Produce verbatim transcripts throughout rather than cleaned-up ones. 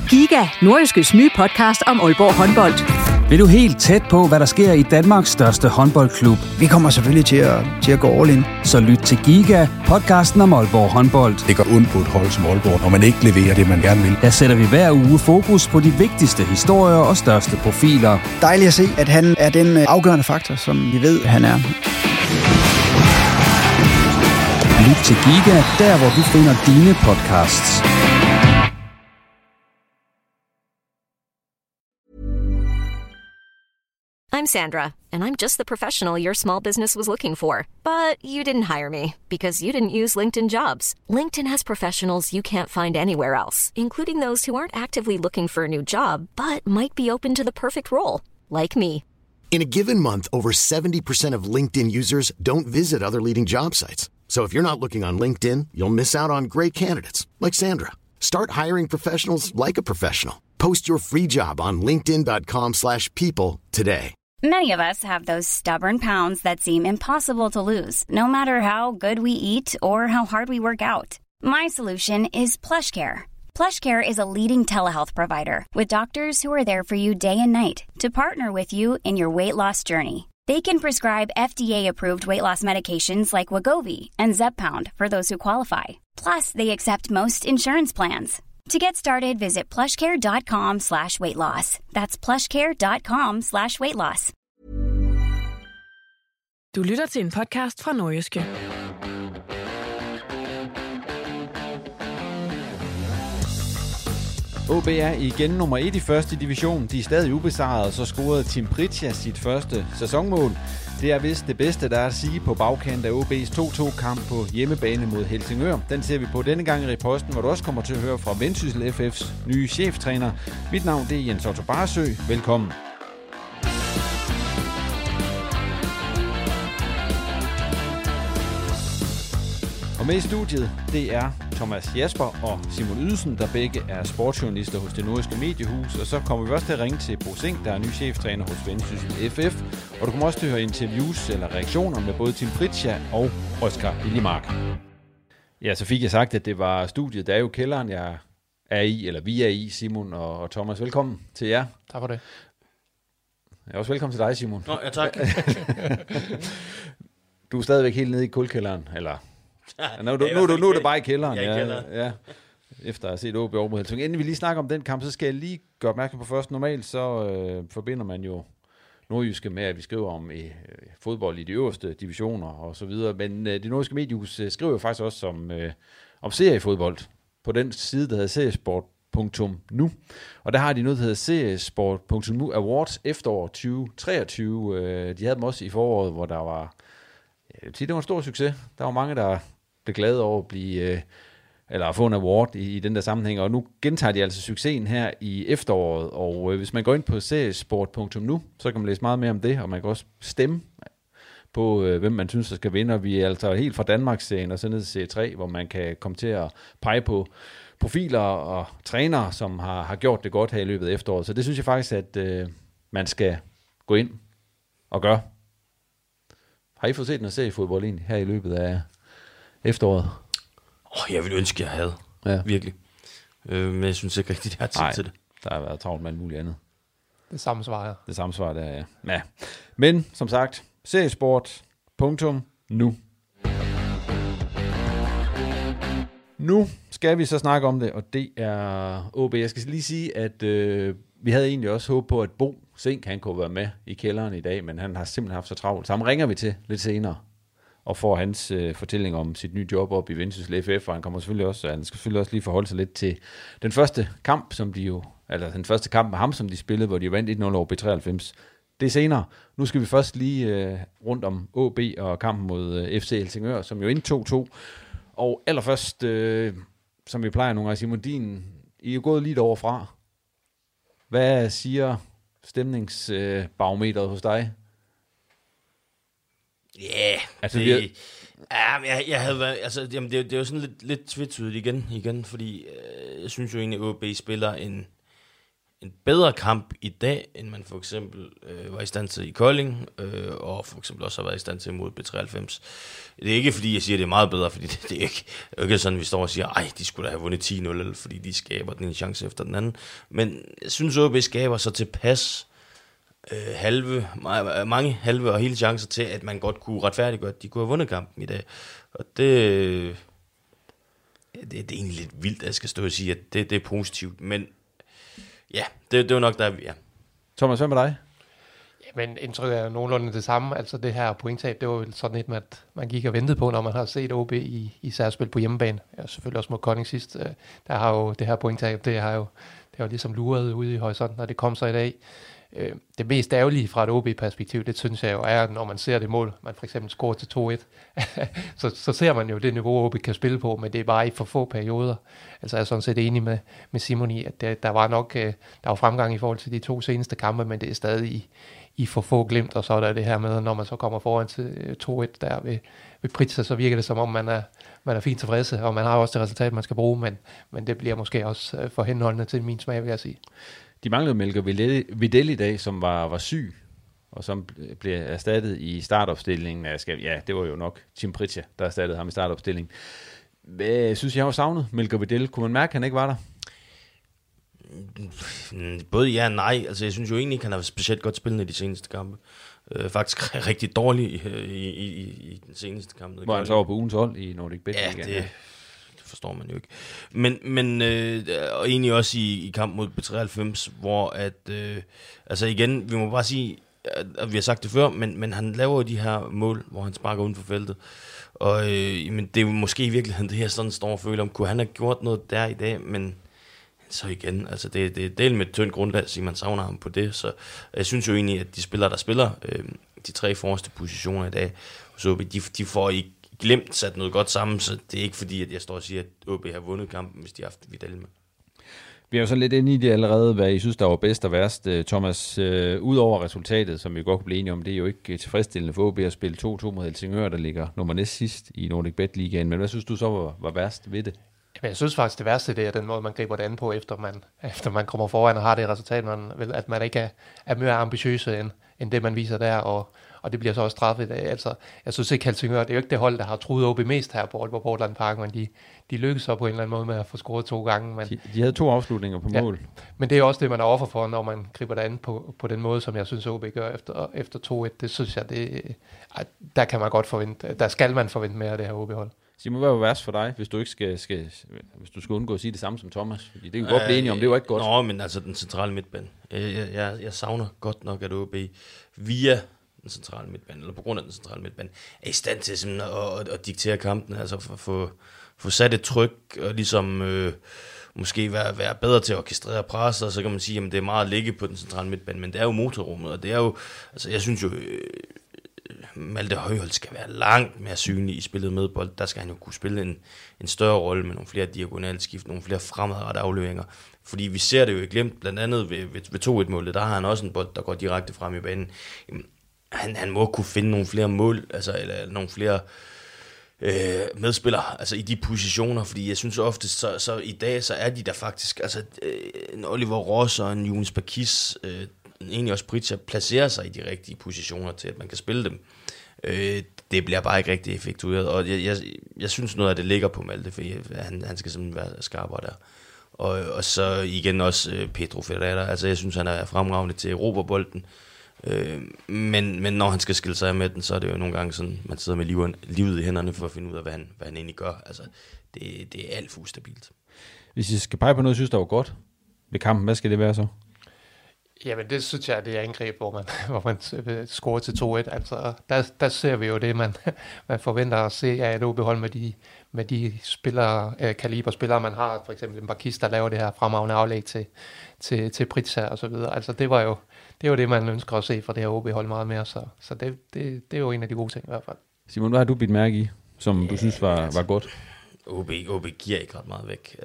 Giga, Nordjyskes nye podcast om Aalborg håndbold. Vil du helt tæt på, hvad der sker i Danmarks største håndboldklub? Vi kommer selvfølgelig til at, til at gå all in. Så lyt til Giga, podcasten om Aalborg håndbold. Det går ondt på et hold som Aalborg, når man ikke leverer det, man gerne vil. Der sætter vi hver uge fokus på de vigtigste historier og største profiler. Dejligt at se, at han er den afgørende faktor, som vi ved, han er. Lyt til Giga, der hvor du finder dine podcasts. I'm Sandra, and I'm just the professional your small business was looking for. But you didn't hire me because you didn't use LinkedIn Jobs. LinkedIn has professionals you can't find anywhere else, including those who aren't actively looking for a new job, but might be open to the perfect role, like me. In a given month, over seventy percent of LinkedIn users don't visit other leading job sites. So if you're not looking on LinkedIn, you'll miss out on great candidates like Sandra. Start hiring professionals like a professional. Post your free job on linkedin dot com slash people today. Many of us have those stubborn pounds that seem impossible to lose, no matter how good we eat or how hard we work out. My solution is PlushCare. PlushCare is a leading telehealth provider with doctors who are there for you day and night to partner with you in your weight loss journey. They can prescribe F D A-approved weight loss medications like Wegovy and Zepbound for those who qualify. Plus, they accept most insurance plans. To get started, visit plushcare.com slash weight loss. That's plushcare.com slash weight loss. Du lytter til en podcast fra Nordjyske. O B er igen nummer et i første division. De er stadig ubesejrede, så scorede Tim Pritja sit første sæsonmål. Det er vist det bedste, der er at sige på bagkant af O B's to-to-kamp på hjemmebane mod Helsingør. Den ser vi på denne gang i Riposten, hvor du også kommer til at høre fra Vendsyssel F F's nye cheftræner. Mit navn det er Jens Otto Barsø. Velkommen. Og med i studiet, det er Thomas Jasper og Simon Ydelsen, der begge er sportsjournalister hos det nordiske mediehus. Og så kommer vi også til at ringe til Bo Sing, der er ny cheftræner hos Vendsyssel F F. Og du kommer også til at høre interviews eller reaktioner med både Tim Pritja og Oscar Liljemark. Ja, så fik jeg sagt, at det var studiet. Der er jo kælderen, jeg er i, eller vi er i, Simon og Thomas. Velkommen til jer. Tak for det. Jeg er også velkommen til dig, Simon. Nå, ja, tak. Du er stadigvæk helt nede i kuldkælderen, eller... Ja, nu, nu, nu, nu, nu er det bare i kælderen. Ja, i kælderen. Ja, ja. Efter at have set O B over mod Helsingør. Inden vi lige snakker om den kamp, så skal jeg lige gøre opmærksom på først. Normalt så øh, forbinder man jo Nordjyske med, at vi skriver om øh, fodbold i de øverste divisioner og så videre. Men øh, det nordiske mediehus øh, skriver jo faktisk også om, øh, om seriefodbold på den side, der hedder seriesport punktum nu. Og der har de noget, der hedder seriesport punktum nu Awards efterår tyve treogtyve. Øh, de havde dem også i foråret, hvor der var... Ja, det var en stor succes. Der var mange, der blev glade over at blive, øh, eller at få en award i, i den der sammenhæng, og nu gentager de altså succesen her i efteråret, og øh, hvis man går ind på seriesport punktum nu, så kan man læse meget mere om det, og man kan også stemme på, øh, hvem man synes, der skal vinde, og vi er altså helt fra Danmarksserien og så ned til serie tre, hvor man kan komme til at pege på profiler og trænere, som har, har gjort det godt her i løbet af efteråret, så det synes jeg faktisk, at øh, man skal gå ind og gøre. Har I fået set noget seriefodbold egentlig her i løbet af efteråret? Åh, oh, jeg ville ønske, jeg havde. Ja. Virkelig. Øh, men jeg synes ikke rigtig, det har tid Nej, til det. Der har været travlt med alt muligt andet. Det samme svar, ja. Det samme svar, der ja. ja. Men, som sagt, seriesport punktum nu. Nu skal vi så snakke om det, og det er O B. Jeg skal lige sige, at øh, vi havde egentlig også håbet på, at Bo Sing, han kunne være med i kælderen i dag, men han har simpelthen haft så travlt. Så ham ringer vi til lidt senere, og får hans øh, fortælling om sit nye job op i Vendsyssel F F, og han kommer selvfølgelig også, han skal selvfølgelig også lige forholde sig lidt til den første kamp, som de jo, eller den første kamp med ham, som de spillede, hvor de vandt et nul over B treoghalvfems. Det er senere. Nu skal vi først lige øh, rundt om O B og kampen mod øh, F C Helsingør, som jo endte to to. Og allerførst, øh, som vi plejer nogle gange, Simon Din, I er jo gået lidt overfra. Hvad siger stemningsbarometeret øh, hos dig? Ja, yeah, altså, det, vi har... ja, jeg, jeg havde været, altså, jamen, det, det er jo sådan lidt, lidt tvetydigt igen, igen, fordi øh, jeg synes jo egentlig, at O B spiller en, en bedre kamp i dag, end man for eksempel øh, var i stand til i Kolding, øh, og for eksempel også har været i stand til mod B treoghalvfems. Det er ikke fordi, jeg siger, at det er meget bedre, fordi det, det er ikke, det er ikke sådan, vi står og siger, ej, de skulle da have vundet ti nul, eller fordi de skaber den ene chance efter den anden. Men jeg synes, at O B skaber så tilpas øh, halve, mange halve og hele chancer til, at man godt kunne retfærdiggøre, at de kunne have vundet kampen i dag. Og det, det, det er egentlig lidt vildt, at jeg skal stå og sige, at det, det er positivt, men ja, det, det var nok der, vi er. Thomas, hvad med dig? Men indtryk er nogenlunde det samme. Altså det her pointtab, det var jo sådan et, at man gik og ventede på, når man har set O B i, i særspil på hjemmebane. Ja, selvfølgelig også mod Kolding sidst. Der har jo det her pointtab, det har jo, det har jo ligesom luret ude i horisonten, når det kom så i dag. Det mest ærgerlige fra et O B-perspektiv, det synes jeg jo er, når man ser det mål, man for eksempel scorer til to et, så, så ser man jo det niveau, O B kan spille på, men det er bare i for få perioder. Altså jeg er sådan set enig med, med Simon i, at det, der var nok der var fremgang i forhold til de to seneste kampe, men det er stadig i, i for få glimt, og så er der det her med, når man så kommer foran til to et der ved, ved Pritsa, så virker det som om, man er, man er fint tilfredse, og man har også det resultat, man skal bruge, men, men det bliver måske også for henholdende til min smag, vil jeg sige. De manglede Melker Videl i dag, som var, var syg, og som blev erstattet i startopstillingen. Ja, det var jo nok Tim Pritja, der erstattede ham i startopstillingen. Hvad synes jeg har savnet Melker Videl? Kunne man mærke, at han ikke var der? Både ja og nej. Altså, jeg synes jo egentlig ikke, han har specielt godt spillet i de seneste kampe. Øh, faktisk rigtig dårlig i, i, i, i den seneste kamp. Hvor han så var på ugens hold i Nordic Bet. Ja, det, det forstår man jo ikke. Men, men øh, og egentlig også i, i kamp mod B treoghalvfems, hvor at, øh, altså igen, vi må bare sige, at vi har sagt det før, men, men han laver jo de her mål, hvor han sparker uden for feltet. Og øh, men det er jo måske i virkeligheden det her sådan står og føler om, kunne han have gjort noget der i dag, men så igen, altså det, det er del med et tyndt grundlag, at sige, man savner ham på det, så jeg synes jo egentlig, at de spillere, der spiller øh, de tre forreste positioner i dag, så de, de får ikke glemt sat noget godt sammen, så det er ikke fordi, at jeg står og siger, at O B har vundet kampen, hvis de har haft Vidal med. Vi er jo så lidt inde i det allerede, hvad I synes, der var bedst og værst. Thomas, øh, udover resultatet, som vi godt kunne blive enige om, det er jo ikke tilfredsstillende for O B at spille to to mod Helsingør, der ligger nummer næst sidst i Nordic Bet Ligaen, men hvad synes du så var, var værst ved det? Jamen, jeg synes faktisk, det værste det er den måde, man griber det an på, efter man, efter man kommer foran og har det resultat, man vil, at man ikke er, er mere ambitiøse end, end det, man viser der, og, og det bliver så også straffet. Altså, jeg synes ikke, Helsingør, det er jo ikke det hold, der har truet O B mest her på Aalborg Portland Park, men de, de lykkedes så på en eller anden måde med at få scoret to gange. Men, de, de havde to afslutninger på mål. Ja, men det er også det, man er offer for, når man griber det an på, på den måde, som jeg synes, O B gør efter, efter to et. Det synes jeg, det, der kan man godt forvente, der skal man forvente mere af det her O B-hold. Simon, hvad var værst for dig, hvis du ikke skal, skal, hvis du skal undgå at sige det samme som Thomas? Fordi det kan vi godt blive enige om, det var ikke godt. Nå, men altså den centrale midtbane. Jeg, jeg, jeg savner godt nok, at O B via den centrale midtbane, eller på grund af den centrale midtbane, er i stand til simpelthen at, at, at diktere kampen, altså for at få, få sat et tryk, og ligesom øh, måske være, være bedre til at orkestrere pres, og så kan man sige, at det er meget at ligge på den centrale midtbane, men det er jo motorrummet, og det er jo, altså jeg synes jo, øh, Malte Højholt skal være langt mere synlig i spillet med bold. Der skal han jo kunne spille en, en større rolle med nogle flere diagonale skift, nogle flere fremadrettede afleveringer. Fordi vi ser det jo i Glimt, blandt andet ved, ved, ved to et-målet, der har han også en bold, der går direkte frem i banen. Han, han må kunne finde nogle flere mål, altså eller nogle flere øh, medspillere, altså i de positioner, fordi jeg synes ofte, så, så i dag, så er de der faktisk, altså øh, en Oliver Ross og en Jonas Bakis, øh, egentlig også Pritja, placerer sig i de rigtige positioner til, at man kan spille dem. Øh, det bliver bare ikke rigtig effektueret, og jeg, jeg, jeg synes noget af det ligger på Malte, for han, han skal simpelthen være skarpere der. Og, og så igen også øh, Pedro Ferreira, altså jeg synes, han er fremragende til Europabolden, øh, men, men når han skal skille sig af med den, så er det jo nogle gange sådan, man sidder med livet, livet i hænderne for at finde ud af, hvad han, hvad han egentlig gør. Altså, det, det er alt for ustabilt. Hvis I skal pege på noget, jeg synes, der var godt ved kampen, hvad skal det være så? Jamen det synes jeg, det er angreb, hvor man, hvor man scorer til to et. Altså, der, der ser vi jo det, man, man forventer at se af et O B-hold med de, med de spillere, øh, kaliberspillere, man har. For eksempel en Bakis, der laver det her fremragende aflæg til, til, til Pritsa og så videre. Altså det var jo det, var det, man ønsker at se fra det her O B-hold meget mere. Så, så det, det, det er jo en af de gode ting i hvert fald. Simon, hvad har du bidt mærke i, som ja, du synes var, altså, var godt? O B, O B giver ikke ret meget væk.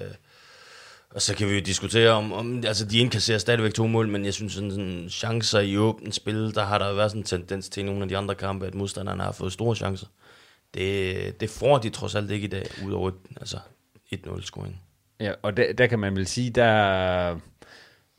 Og så kan vi jo diskutere om, om altså de indkasserer stadigvæk to mål, men jeg synes sådan, sådan chancer i åbent spil, der har der været sådan en tendens til nogle af de andre kampe, at modstanderne har fået store chancer. Det, det får de trods alt ikke i dag, udover altså et nul-scoring. Ja, og der, der kan man vel sige, der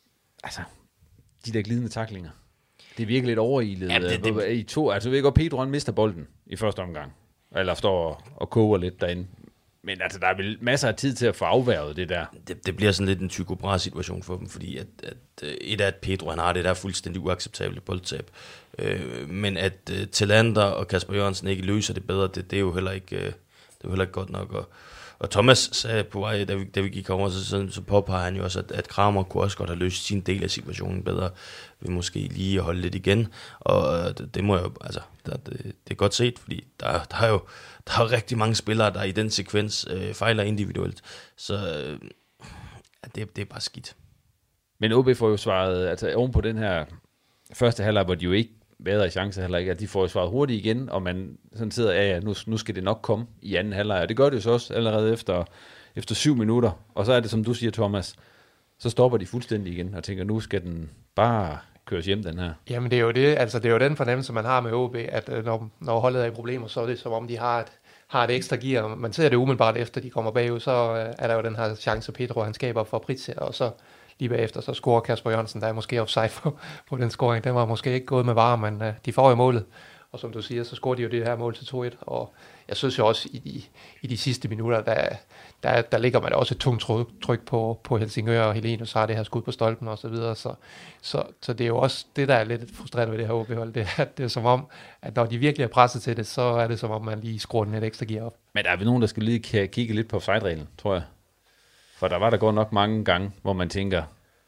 altså, de der glidende taklinger. Det er virkelig lidt overilet. Ja, det, det... I to, altså ved jeg godt, Pedro han mister bolden i første omgang. Eller står og, og koger lidt derinde. Men altså, der er vel masser af tid til at få afværget det der. Det, det bliver sådan lidt en Tycho Brahe-situation for dem, fordi at, at et af, at Pedro han har det der fuldstændig uacceptable boldtab. Øh, men at uh, Thelander og Kasper Jørgensen ikke løser det bedre, det, det er jo heller ikke, uh, det er jo heller ikke godt nok. Og, og Thomas sagde på vej, da vi, da vi gik over, så, så, så påpeger han jo også, at, at Kramer kunne også godt have løst sin del af situationen bedre, ved måske lige at holde lidt igen. Og det, det må jeg jo, altså, det, det, det er godt set, fordi der, der er jo der er rigtig mange spillere, der i den sekvens øh, fejler individuelt. Så øh, det, det er bare skidt. Men O B får jo svaret, altså oven på den her første halvleg, hvor de jo ikke bedre chancer heller ikke, at de får jo svaret hurtigt igen, og man sådan sidder, ja, ja, nu, nu skal det nok komme i anden halvleg, og det gør det jo så også allerede efter, efter syv minutter, og så er det, som du siger, Thomas, så stopper de fuldstændig igen, og tænker, nu skal den bare køres hjem, den her. Jamen det er jo det, altså det er jo den fornemmelse, man har med O B, at når, når holdet er i problemer, så er det som om, de har et, har et ekstra gear. Man ser det umiddelbart efter, de kommer bagud, så er der jo den her chance, Pedro han skaber for Pritze, og så lige bagefter, så scorer Kasper Jørgensen, der er måske offside på, på den scoring. Den var måske ikke gået med varer, men uh, de får jo målet. Og som du siger, så scorer de jo det her mål til to et. Og jeg synes jo også, i de, i de sidste minutter, der, der, der ligger man også et tungt tryk, tryk på, på Helsingør, og Helenius har det her skud på stolpen og så videre. Så, så, så det er jo også det, der er lidt frustrerende ved det her O B-hold. Det er, det er som om, at når de virkelig er presset til det, så er det som om, man lige skruer den et ekstra gear op. Men der er vel nogen, der skal lige kigge lidt på offside-reglen, tror jeg. For der var der godt nok mange gange, hvor man tænker,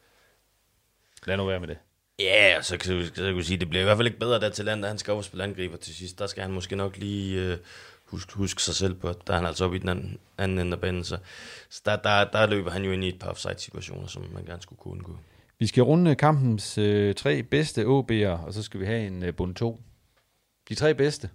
lad nu være med det. Ja, så kan jeg, kan jeg sige, det bliver i hvert fald ikke bedre, da Thelander han skal op og spille angriber til sidst. Der skal han måske nok lige uh, huske, huske sig selv på, der er han altså oppe i den anden, anden ende af banen. Så, så der, der, der løber han jo ind i et par offside-situationer, som man gerne skulle kunne undgå. Vi skal runde kampens øh, tre bedste O B'er, og så skal vi have en øh, bund to. De tre bedste.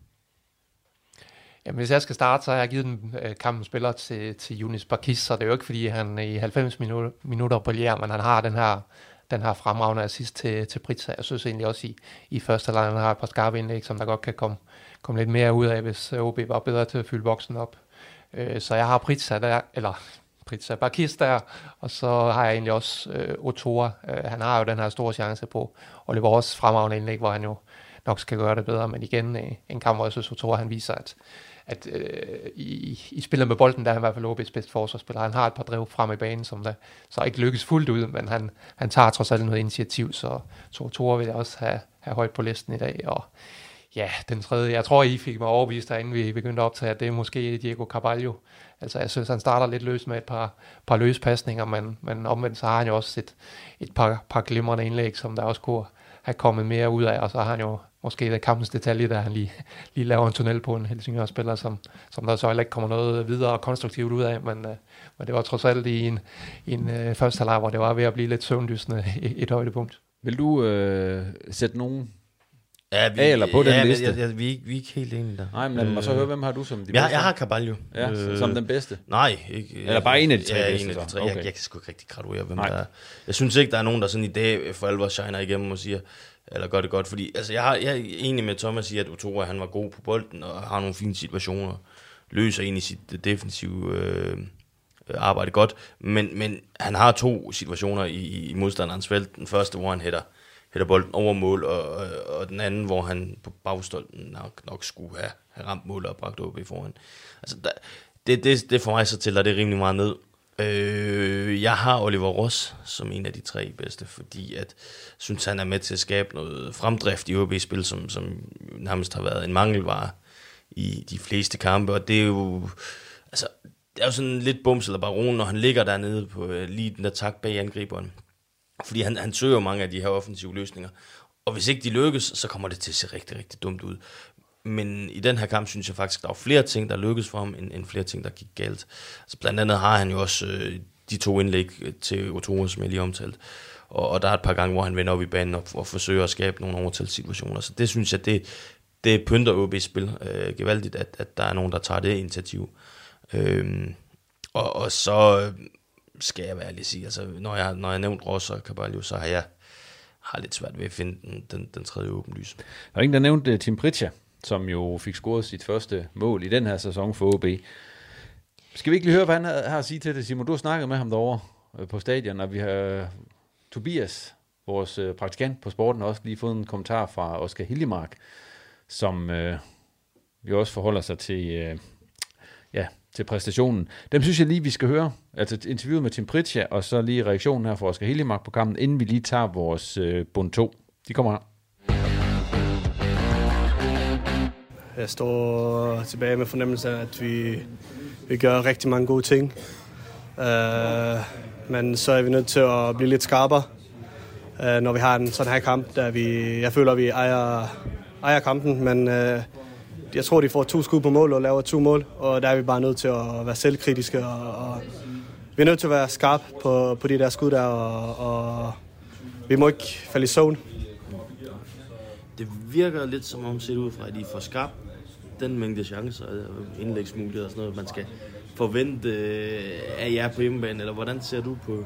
Jamen, hvis jeg skal starte, så har jeg givet den øh, kampens spiller til, til Younes Barkis, så det er jo ikke, fordi han i halvfems minutter, minutter brillerer, men han har den her den her fremragende assist til, til Pritze. Jeg synes egentlig også, i, i første halvleg han har et par skarpe indlæg, som der godt kan komme, komme lidt mere ud af, hvis O B var bedre til at fylde boksen op. Øh, så jeg har Pritze der, eller Pritze Barkis der, og så har jeg egentlig også øh, Ochoa. Øh, han har jo den her store chance på Oliver Ross fremragende indlæg, hvor han jo nok skal gøre det bedre, men igen øh, en kamp, hvor jeg synes, Ochoa han viser, at at øh, i, i spillet med bolden, der er han i hvert fald O B's bedste forsvarsspiller. Han har et par drev frem i banen, som der så ikke lykkes fuldt ud, men han, han tager trods alt noget initiativ, så, så Tore vil jeg også have, have højt på listen i dag. Og ja, den tredje, jeg tror, I fik mig overbevist der, inden vi begyndte at optage, at det er måske Diego Carvalho. Altså, jeg synes, han starter lidt løs med et par, par løspasninger, men, men omvendt så har han jo også et, et par, par glimrende indlæg, som der også kunne have kommet mere ud af, og så har han jo måske det kampens detalje, der han lige, lige laver en tunnel på en Helsingør-spiller, som, som der så heller ikke kommer noget videre og konstruktivt ud af, men, uh, men det var trods alt i en, en uh, første halvleg, hvor det var ved at blive lidt søvndysende et højdepunkt. Vil du øh, sætte nogen ja, vi, af eller på den ja, liste? Ja, ja, vi, er ikke, vi er ikke helt enige der. Nej, men lad mig så høre, hvem har du som de jeg, bedste? Jeg har Carvalho. Ja, øh, som den bedste? Nej. Ikke, eller bare en af de tre ja, bedste? en af de tre. Okay. Jeg, jeg kan sgu ikke rigtig graduere, hvem nej. der er. Jeg synes ikke, der er nogen, der sådan i dag for alvor shiner igennem og siger, eller gør det godt, fordi altså, jeg, har, jeg er enig med Thomas i, at Ochoa, han var god på bolden og har nogle fine situationer, løser egentlig sit defensive øh, arbejde godt, men, men han har to situationer i, i modstanderens felt. Den første, hvor han hætter, hætter bolden over mål, og, og den anden, hvor han på bagstolpen nok, nok skulle have, have ramt mål og bragt op i foran. Altså, der, det, det, det for mig så tæller det rimelig meget ned. Øh, jeg har Oliver Ross som en af de tre bedste, fordi at synes han er med til at skabe noget fremdrift i O B-spil, som, som nærmest har været en mangelvare i de fleste kampe, og det er jo altså, det er jo sådan lidt bums eller baron, når han ligger dernede på uh, lige den der tak bag angriberen, fordi han, han søger mange af de her offensive løsninger, og hvis ikke de lykkes, så kommer det til at se rigtig, rigtig dumt ud. Men i den her kamp synes jeg faktisk, der var flere ting, der lykkedes for ham, end, end flere ting, der gik galt. Altså blandt andet har han jo også øh, de to indlæg til Ochoa, som jeg lige omtalt. Og, og der er et par gange, hvor han vender op i banen og, og forsøger at skabe nogle overtalssituationer. Så det synes jeg, det, det pynter O B's spil øh, gevaldigt, at, at der er nogen, der tager det initiativ. Øhm, og, og så skal jeg være ærlig at sige, altså når jeg, når jeg nævnt Ross og Carvalho, så har jeg har lidt svært ved at finde den, den, den tredje åbenlys. Der er ingen, der nævnte Tim Pritja, som jo fik scoret sit første mål i den her sæson for O B. Skal vi ikke lige høre, hvad han har at sige til det, Simon? Du har snakket med ham derovre på stadion, og vi har Tobias vores øh, praktikant på sporten, har også lige fået en kommentar fra Oscar Hiljemark, som øh, jo også forholder sig til, øh, ja, til præstationen. Dem synes jeg lige, vi skal høre. Altså interviewet med Tim Pritchard, og så lige reaktionen her fra Oscar Hiljemark på kampen, inden vi lige tager vores øh, bund to. De kommer her. Jeg står tilbage med fornemmelsen af, at vi, vi gør rigtig mange gode ting. Uh, men så er vi nødt til at blive lidt skarpere, uh, når vi har en sådan her kamp, der vi, jeg føler, at vi ejer, ejer kampen, men uh, jeg tror, de får to skud på mål og laver to mål, og der er vi bare nødt til at være selvkritiske, og, og vi er nødt til at være skarpe på, på de der skud der, og, og vi må ikke falde i søvn. Det virker lidt som om, set ud fra, at I får skabt den mængde chancer og indlægsmuligheder og sådan noget, man skal forvente af jer på hjemmebane, eller hvordan ser du på,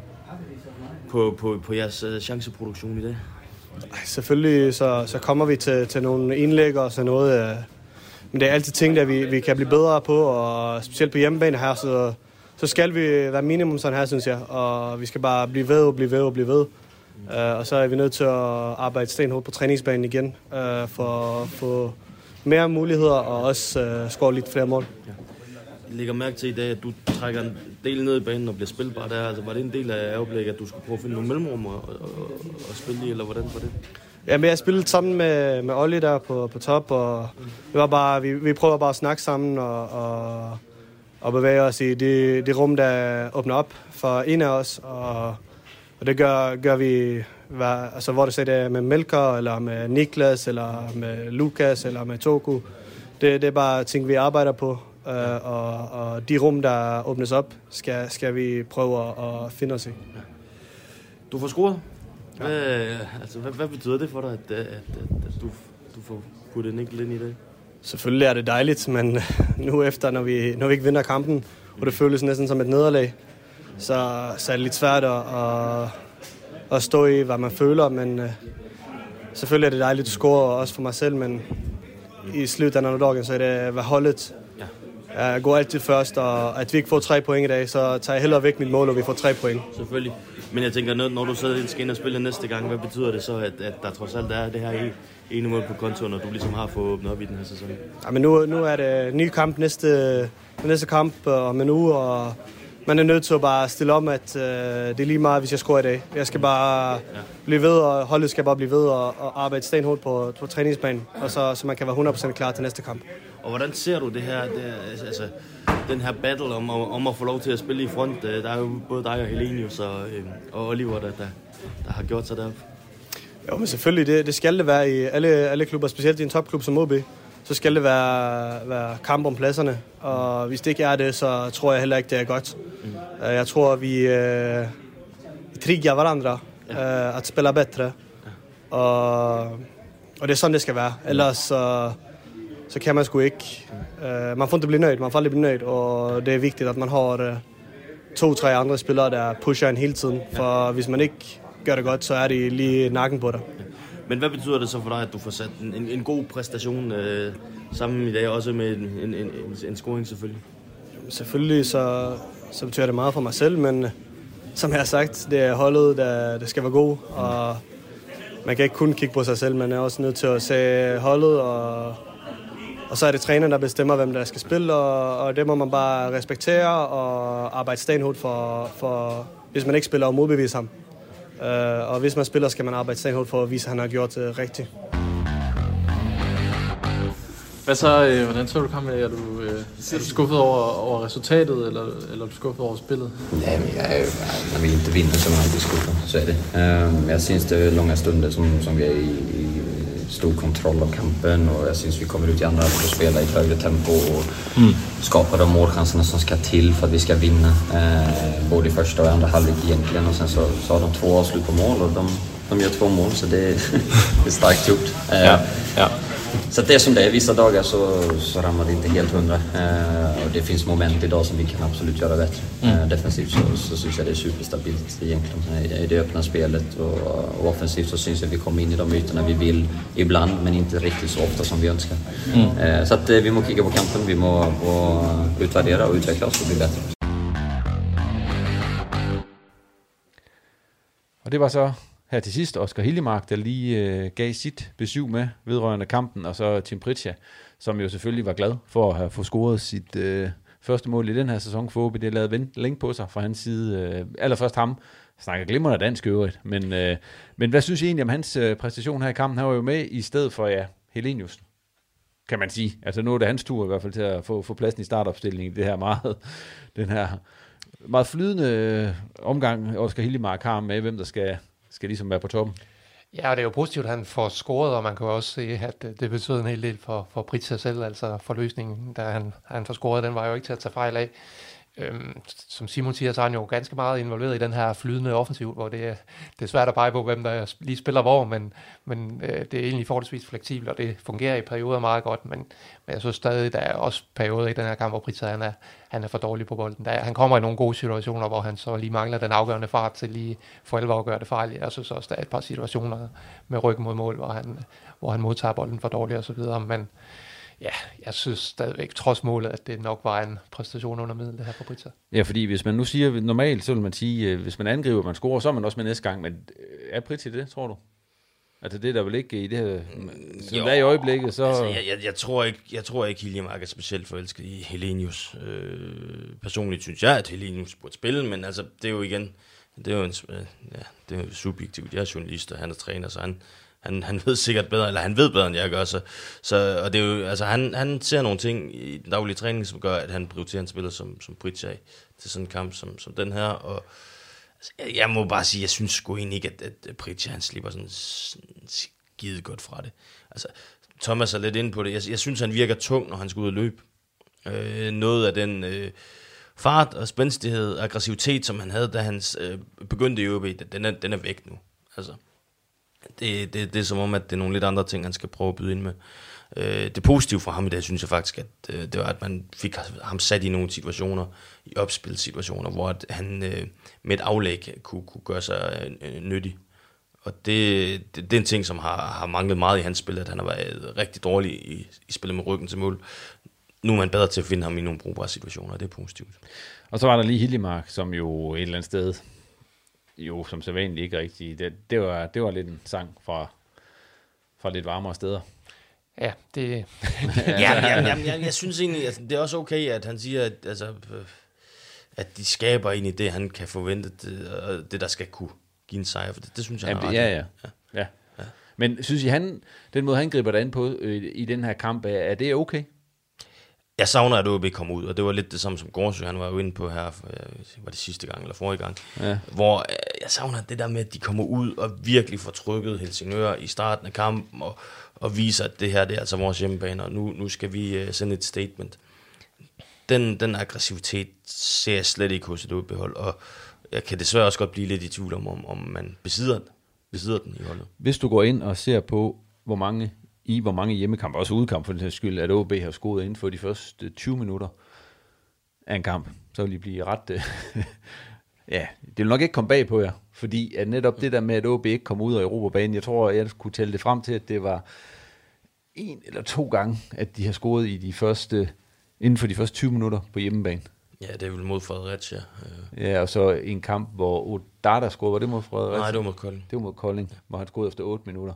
på, på, på jeres chanceproduktion i dag? Selvfølgelig så, så kommer vi til, til nogle indlæg og sådan noget, men det er altid ting, der vi, vi kan blive bedre på, og specielt på hjemmebane her, så, så skal vi være minimum sådan her, synes jeg, og vi skal bare blive ved og blive ved og blive ved. Uh, og så er vi nødt til at arbejde stenhårdt på træningsbanen igen, uh, for at få mere muligheder og også uh, score lidt flere mål. Ja. Jeg lægger mærke til i dag, at du trækker en del ned i banen og bliver spilbar der. Altså, var det en del af oplægget, at du skulle prøve at finde nogle mellemrum og, og, og, og spille i, eller hvordan var det? Ja, men jeg spillede sammen med, med Olli der på, på top, og det var bare, vi, vi prøver bare at snakke sammen og, og, og bevæge os i det, det rum, der åbner op for en af os, og Og det gør, gør vi, altså, hvor det så det med Melker, eller med Niklas, eller med Lukas, eller med Toku. Det, det er bare ting, vi arbejder på. Øh, og, og de rum, der åbnes op, skal, skal vi prøve at finde os i. Ja. Du får scoret. Hvad, altså, hvad, hvad betyder det for dig, at, at, at, at du, du får puttet en enkelt ind i det? Selvfølgelig er det dejligt, men nu efter, når vi, når vi ikke vinder kampen, og det føles næsten som et nederlag, Så, så er det lidt svært at, at, at stå i, hvad man føler, men uh, selvfølgelig er det dejligt at score, også for mig selv, men i slutningen af dagen, så er det hvad holdet. Ja. Jeg går altid først, og at vi ikke får tre point i dag, så tager jeg hellere væk mit mål, og vi får tre point. Selvfølgelig, men jeg tænker, når du så skal ind og spille næste gang, hvad betyder det så, at, at der trods alt er det her ene mål på kontoen, og du ligesom har fået åbnet op i den her sæson? Ja, men nu, nu er det en ny kamp næste, næste kamp om en uge, og man er nødt til at bare stille om, at øh, det er lige meget, hvis jeg scorer i dag. Jeg skal bare ja. blive ved, og holdet skal bare blive ved og, og arbejde stenhårdt på, på træningsbanen, og så, så man kan være hundrede procent klar til næste kamp. Og hvordan ser du det her, det, altså, den her battle om, om at få lov til at spille i front? Der er jo både dig og Helenius og, øh, og Oliver, der, der, der har gjort sig deroppe. Jo, men selvfølgelig, det, det skal det være i alle, alle klubber, specielt i en topklub som O B. Så skal det være, være kamp om pladserne, og hvis det ikke er det, så tror jeg heller ikke, det er godt. Mm. Jeg tror, vi uh, trigger varandra ja. uh, at spille bedre, ja. og, og det er sådan, det skal være. Ellers så, så kan man sgu ikke. Uh, man får ikke blive nødt, man får aldrig blive nødt, og det er vigtigt, at man har uh, to-tre andre spillere, der pusher en hele tiden, for ja. hvis man ikke gør det godt, så er de lige nakken på dig. Ja. Men hvad betyder det så for dig, at du får sat en, en, en god præstation øh, sammen i dag, også med en, en, en, en scoring selvfølgelig? Selvfølgelig så, så betyder det meget for mig selv, men som jeg har sagt, det er holdet, der, der skal være god, og man kan ikke kun kigge på sig selv, man er også nødt til at se holdet, og, og så er det træneren, der bestemmer, hvem der skal spille, og, og det må man bare respektere og arbejde stenhårdt for, for, hvis man ikke spiller, og modbevise ham. Uh, og hvis man spiller, skal man arbejde stenhårdt for at vise, at han har gjort det uh, rigtigt. Hvad så, øh, hvordan så du kampen? Er du, øh, er du skuffet over, over resultatet, eller, eller er du skuffet over spillet? Nej, men jag, när vi inte vinner så är man alltid skuffad, så är det. Um, jag syns det är långa stunder som, som vi är i, i stor kontroll av kampen, och jag syns vi kommer ut i andra halvlek och spela i ett högre tempo och mm. skapa de målchanserna som ska till för att vi ska vinna. Uh, både i första och andra halvlek egentligen, och sen så, så har de två avslut på mål, och de, de gör två mål, så det, det är starkt gjort. Uh, ja, ja. Så det är som det är, vissa dagar så, så ramlar det inte helt hundra, uh, och det finns moment idag som vi kan absolut göra bättre. Mm. Uh, defensivt så, så syns jag det är superstabilt egentligen uh, i det öppna spelet, och, och offensivt så syns jag vi kommer in i de ytorna vi vill ibland, men inte riktigt så ofta som vi önskar. Mm. Uh, så att uh, vi må kika på kampen, vi må uh, utvärdera och utveckla oss och bli bättre. Og det var så her til sidst Oscar Hiljemark, der lige øh, gav sit besøg med vedrørende kampen, og så Tim Pritja, som jo selvfølgelig var glad for at have få scoret sit øh, første mål i den her sæson for O B. Det har lavet vente længe på sig fra hans side. Øh, allerførst ham, snakker glimrende dansk øvrigt, men, øh, men hvad synes I egentlig om hans øh, præstation her i kampen? Han var jo med i stedet for, ja, Helenius, kan man sige. Altså nu er det hans tur i hvert fald til at få, få pladsen i startopstillingen i det her meget, den her meget flydende omgang, Oscar Hiljemark har med, hvem der skal, skal ligesom være på toppen. Ja, og det er jo positivt, at han får scoret, og man kan jo også se, at det betød en hel del for, for Pritja selv, altså for løsningen, da han, han får scoret, den var jo ikke til at tage fejl af. Øhm, som Simon siger, så er han jo ganske meget involveret i den her flydende offensiv, hvor det er, det er svært at pege på, hvem der lige spiller hvor, men, men øh, det er egentlig forholdsvis fleksibelt, og det fungerer i perioder meget godt, men, men jeg synes stadig, der er også perioder i den her kamp, hvor Pritja, han er, han er for dårlig på bolden. Der er, han kommer i nogle gode situationer, hvor han så lige mangler den afgørende fart til lige for alvor at gøre det fejl. Jeg synes også, der er et par situationer med ryggen mod mål, hvor han, hvor han modtager bolden for dårligt og så videre, men ja, jeg synes stadigvæk, trods målet, at det nok var en præstation under middel, det her for Pritja. Ja, fordi hvis man nu siger, normalt, så vil man sige, hvis man angriber, man scorer, så er man også med næste gang, men er Pritja det, tror du? Altså det er der vel ikke i det her, som der er i øjeblikket, så... Altså, jeg, jeg, jeg, tror ikke, jeg tror ikke, Hiljemark er specielt forelsket i Helenius. Øh, personligt synes jeg, at Helenius burde spille, men altså, det er jo igen, det er jo, en, ja, det er jo subjektivt. Jeg er journalist, og han er træner, så han... Han, han ved sikkert bedre, eller han ved bedre, end jeg gør. Så, så, og det er jo, altså, han, han ser nogle ting i den daglige træning, som gør, at han prioriterer en spiller som, som Pritja til sådan en kamp som, som den her. Og altså, jeg, jeg må bare sige, jeg synes sgu egentlig ikke, at, at Pritja, han slipper sådan skide godt fra det. Altså, Thomas er lidt inde på det. Jeg, jeg synes, han virker tung, når han skal ud og løbe. Øh, noget af den øh, fart og spændstighed, aggressivitet, som han havde, da han øh, begyndte i O B, den er, den er væk nu. Altså. Det, det, det er som om, at det er nogle lidt andre ting, han skal prøve at byde ind med. Øh, det positive for ham i dag, synes jeg faktisk, at øh, det var, at man fik ham sat i nogle situationer, i opspilsituationer, hvor at han øh, med et aflæg kunne, kunne gøre sig øh, nyttig. Og det, det, det er en ting, som har, har manglet meget i hans spil, at han har været rigtig dårlig i, i spillet med ryggen til mål. Nu er man bedre til at finde ham i nogle brugbare situationer, og det er positivt. Og så var der lige Hiljemark, som jo et eller andet sted... Jo, som sædvanligt ikke rigtigt. Det, det, var, det var lidt en sang fra, fra lidt varmere steder. Ja, det... ja, jamen, jamen, jeg, jeg synes egentlig, altså, det er også okay, at han siger, at, altså, at de skaber egentlig det, han kan forvente, det, det der skal kunne give en sejr, for det, det synes jeg, jamen, han det, har ja, ja, ja. ja. ja. Men synes I, han, den måde, han griber det an på øh, i den her kamp, er, er det okay? Jeg savner, at O B kom ud, og det var lidt det samme som Gårdsø, han var jo inde på her, var det sidste gang eller forrige gang, ja. Hvor jeg savner det der med, at de kommer ud og virkelig får trykket Helsingør i starten af kampen, og, og viser, at det her det er altså vores hjemmebane, og nu, nu skal vi uh, sende et statement. Den, den aggressivitet ser jeg slet ikke hos et O B-hold, og jeg kan desværre også godt blive lidt i tvivl om, om, om man besidder, besidder den i holdet. Hvis du går ind og ser på, hvor mange i hvor mange hjemmekampe, også udkamp for den her skyld, at O B har scoret inden for de første tyve minutter af en kamp, så vil I blive ret... Øh, ja, det vil nok ikke komme bag på jer, fordi at netop det der med, at O B ikke kom ud af Europabanen, jeg tror, jeg kunne tælle det frem til, at det var en eller to gange, at de har scoret i de første, inden for de første tyve minutter på hjemmebane. Ja, det er vel mod Fredericia. Ja, og så en kamp, hvor Odada scorede, var det mod Fredericia? Nej, det var mod Kolding. Det var mod Kolding, ja. Hvor han scorede efter otte minutter.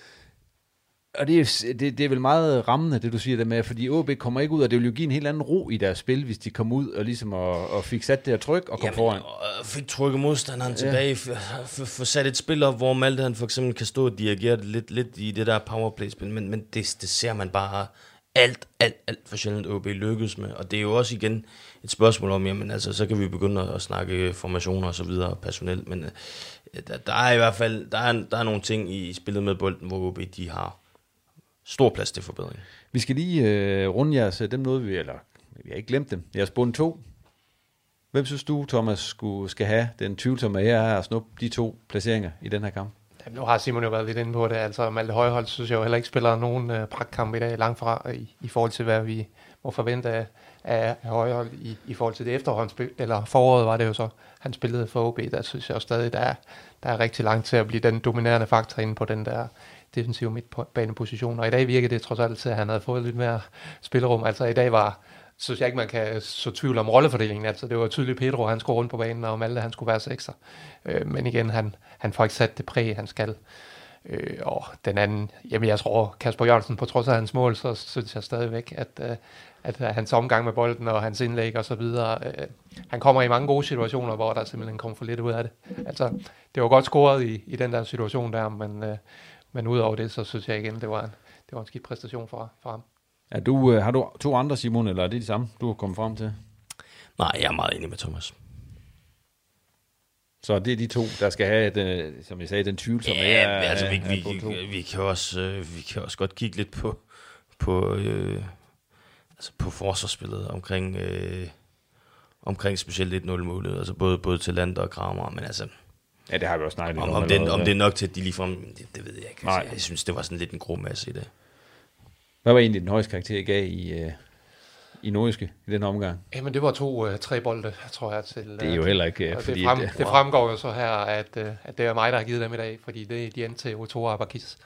Og det er, det, det er vel meget rammende, det du siger der med, fordi O B kommer ikke ud, og det vil jo give en helt anden ro i deres spil, hvis de kom ud og ligesom og, og fik sat det her tryk og kom Jamen, foran. Og fik trykket modstanderen ja. tilbage, få sat et spil op, hvor Malte han for eksempel kan stå og dirigere det lidt, lidt i det der powerplay-spil, men, men det, det ser man bare alt, alt, alt for sjældent O B lykkes med, og det er jo også igen et spørgsmål om, jamen altså, så kan vi begynde at snakke formationer og så videre, personelt, men der, der er i hvert fald, der er, der er nogle ting i spillet med bolden, hvor O B de har stor plads til forbedring. Vi skal lige øh, runde jeres, dem noget vi, eller vi har ikke glemt dem, jeres bund to. Hvem synes du, Thomas, skulle, skal have den tvivlsomme ære af at snuppe de to placeringer i den her kamp? Jamen, nu har Simon jo været lidt inde på det, altså Malte Højholt synes jeg jo heller ikke spiller nogen øh, pragtkamp i dag, langt fra i, i forhold til, hvad vi må forvente af, af Højholt i, i forhold til det efterhåndsspil, eller foråret var det jo så, han spillede for O B, der synes jeg jo stadig, der er, der er rigtig langt til at blive den dominerende faktor inde på den der defensive midtbaneposition, og i dag virkede det trods alt til, at han havde fået lidt mere spillerum. Altså i dag var, synes jeg ikke, man kan så tvivl om rollefordelingen. Altså, det var tydeligt, Pedro, han skulle rundt på banen, og Malte, han skulle være sekser. Øh, men igen, han, han får ikke sat det præg, han skal. Øh, og den anden, jamen jeg tror, Kasper Jørgensen, på trods af hans mål, så synes jeg stadigvæk, at, øh, at hans omgang med bolden og hans indlæg og så videre, øh, han kommer i mange gode situationer, hvor der simpelthen kommer for lidt ud af det. Altså, det var godt scoret i, i den der situation der, men, øh, men udover det, så synes jeg igen, det var en, det var en skidt præstation for, for ham. Er du, øh, har du to andre, Simon, eller er det de samme, du har kommet frem til? Nej, jeg er meget enig med Thomas. Så det er de to, der skal have, et, som jeg sagde, den tvivl, som ja, er... altså vi, er vi, vi, vi, kan også, øh, vi kan også godt kigge lidt på, på, øh, altså på forsvarsspillet omkring, øh, omkring specielt et nul-målet, altså både, både til Land og Kramer, men altså... Ja, det har vi også snakket om. Om, om, det, om det er nok til, at de ligefrem... Det, det ved jeg ikke. Altså, jeg synes, det var sådan lidt en grå masse i det. Hvad var egentlig den højeste karakter, I gav i... Øh i nordjyske i den omgang? Jamen det var to, uh, tre bolde, tror jeg. Til, det er jo heller ikke... Uh, fordi det, frem, det fremgår jo så her, at, uh, at det er mig, der har givet dem i dag, fordi det, de endte til Otto og Bakis.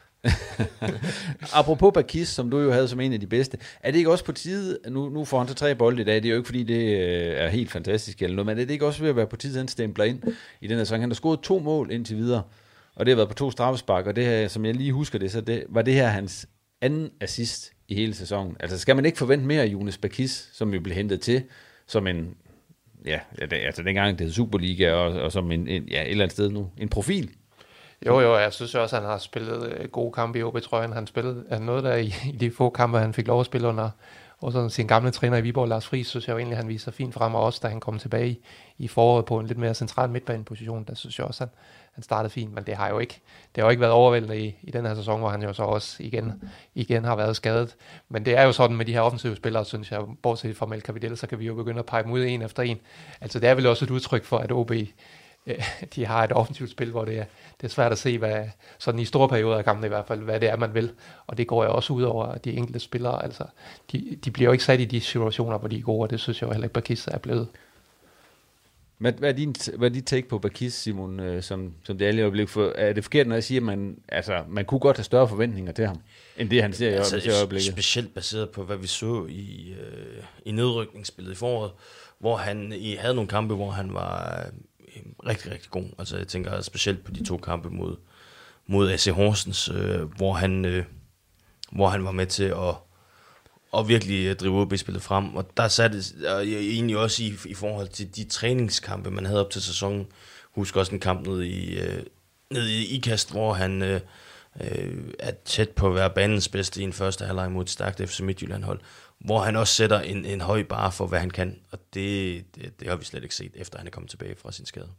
Apropos Bakis, som du jo havde som en af de bedste, er det ikke også på tide, nu, nu får han så tre bolde i dag, det er jo ikke fordi, det er helt fantastisk eller noget, men er det ikke også ved at være på tide, han stempler ind i den her sæson? Han har scoret to mål indtil videre, og det har været på to straffespark, og det her, som jeg lige husker det, så det, var det her hans anden assist i hele sæsonen. Altså skal man ikke forvente mere af Jonas Bakis, som jo blev hentet til, som en, ja, altså dengang det hed Superliga, og, og som en, en, ja, et eller andet sted nu, en profil? Jo, jo, jeg synes også, at han har spillet gode kampe i O B-trøjen. Han spillede noget der i, i de få kampe, han fik lov at spille under, og sådan sin gamle træner i Viborg, Lars Friis, synes jeg jo egentlig, han viser fint frem, og også da han kom tilbage i, i foråret på en lidt mere central midtbaneposition, der synes jeg også, han, han startede fint, men det har jo ikke, det har jo ikke været overvældende i, i den her sæson, hvor han jo så også igen, igen har været skadet. Men det er jo sådan med de her offensive spillere, synes jeg, bortset fra Melker Vidal, så kan vi jo begynde at pege dem ud en efter en. Altså det er vel også et udtryk for, at O B de har et offensivt spil, hvor det er, det er svært at se, hvad, sådan i store perioder af kampen i hvert fald, hvad det er, man vil. Og det går jo også ud over de enkelte spillere. Altså, de, de bliver jo ikke sat i de situationer, hvor de er gode, og det synes jeg jo heller ikke, Bakis er blevet. Hvad, hvad, er din, hvad er dit take på Bakis, Simon, øh, som, som det alle øjeblik? For, er det forkert, når jeg siger, at man, altså, man kunne godt have større forventninger til ham, end det, han ser altså, i øjeblikket? Specielt baseret på, hvad vi så i, øh, i nedrykningsspillet i foråret, hvor han i, havde nogle kampe, hvor han var... rigtig, rigtig god. Altså jeg tænker specielt på de to kampe mod, mod A C Horsens, øh, hvor, han, øh, hvor han var med til at, at virkelig drive O B-spillet frem. Og der satte jeg egentlig også i, i forhold til de træningskampe, man havde op til sæsonen. Husk også en kamp nede i, øh, nede i Ikast, hvor han øh, øh, er tæt på at være banens bedste i en første halvleg mod et stærkt F C Midtjylland-hold, hvor han også sætter en, en høj bar for, hvad han kan. Og det, det, det har vi slet ikke set, efter han er kommet tilbage fra sin skade.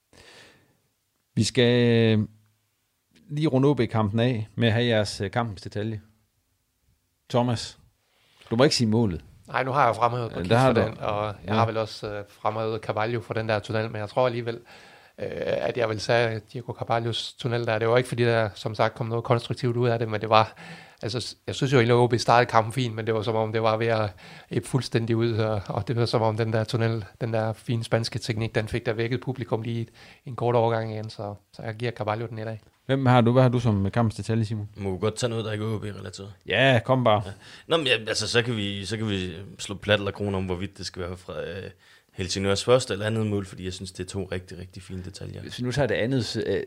Vi skal lige runde O B-kampen af med at have jeres kampens detalje. Thomas, du må ikke sige målet. Nej, nu har jeg fremhævet Bakis for den, og jeg ja. har vel også uh, fremhævet Carvalho for den der tunnel, men jeg tror alligevel, uh, at jeg vil sige, Diego Carvalhos tunnel der, det var ikke fordi, der som sagt kom noget konstruktivt ud af det, men det var... Altså, jeg synes jo egentlig, at O B startede kampen fint, men det var som om, det var ved at et fuldstændig ud, og, og det var som om, den der tunnel, den der fine spanske teknik, den fik der vækket publikum lige et, en kort overgang igen, så, så jeg giver Carvalho den i dag. Hvem har du? Hvad har du som kampens detalje, Simon? Må vi godt tage noget, der ikke er O B-relateret? Ja, kom bare. Ja. Nå, men ja, altså, så kan vi, så kan vi slå plat eller kroner om, hvorvidt det skal være fra øh, Helsingørs første eller andet mål, fordi jeg synes, det er to rigtig, rigtig fine detaljer. Hvis vi nu tager det andet... Øh,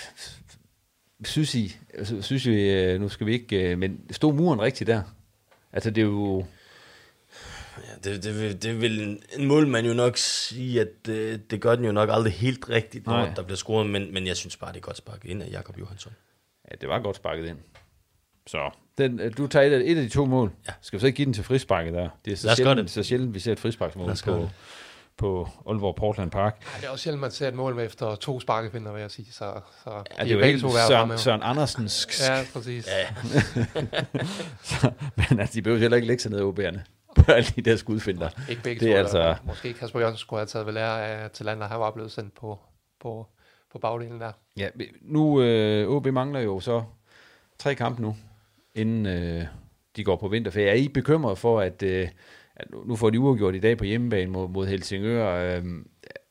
Synes I, synes I, nu skal vi ikke, men stod muren rigtigt der? Altså det er jo... Ja, det, det, det er vel en, en mål, man jo nok sige, at det, det gør den jo nok aldrig helt rigtigt, når Nej. der bliver scoret, men, men jeg synes bare, det er godt sparket ind af Jakob Johansson. Ja, det var godt sparket ind. Så, den, du tager et af, et af de to mål. Ja. Skal vi så ikke give den til frisparket der? Det er så sjældent, så sjældent, vi ser et frisparksmål på, på Aalborg Portland Park. Ja, det er også sjældent, man ser et mål med efter to sparkefinder, vil jeg sige. Så, så ja, det er jo ikke Søren, Søren Andersens. Ja, præcis. Ja. så, men altså, de behøver heller ikke lægge sig ned af O B'erne på alle de der skudfinder. Ikke begge det er to, altså... Måske Kasper Jørgensen skulle have taget ved lære af til landet, han var blevet sendt på, på, på bagdelen der. Ja, nu øh, O B mangler jo så tre kampe nu, inden øh, de går på vinterferie. Er I bekymret for, at... Øh, nu får de uafgjort i dag på hjemmebane mod, mod Helsingør. Øhm,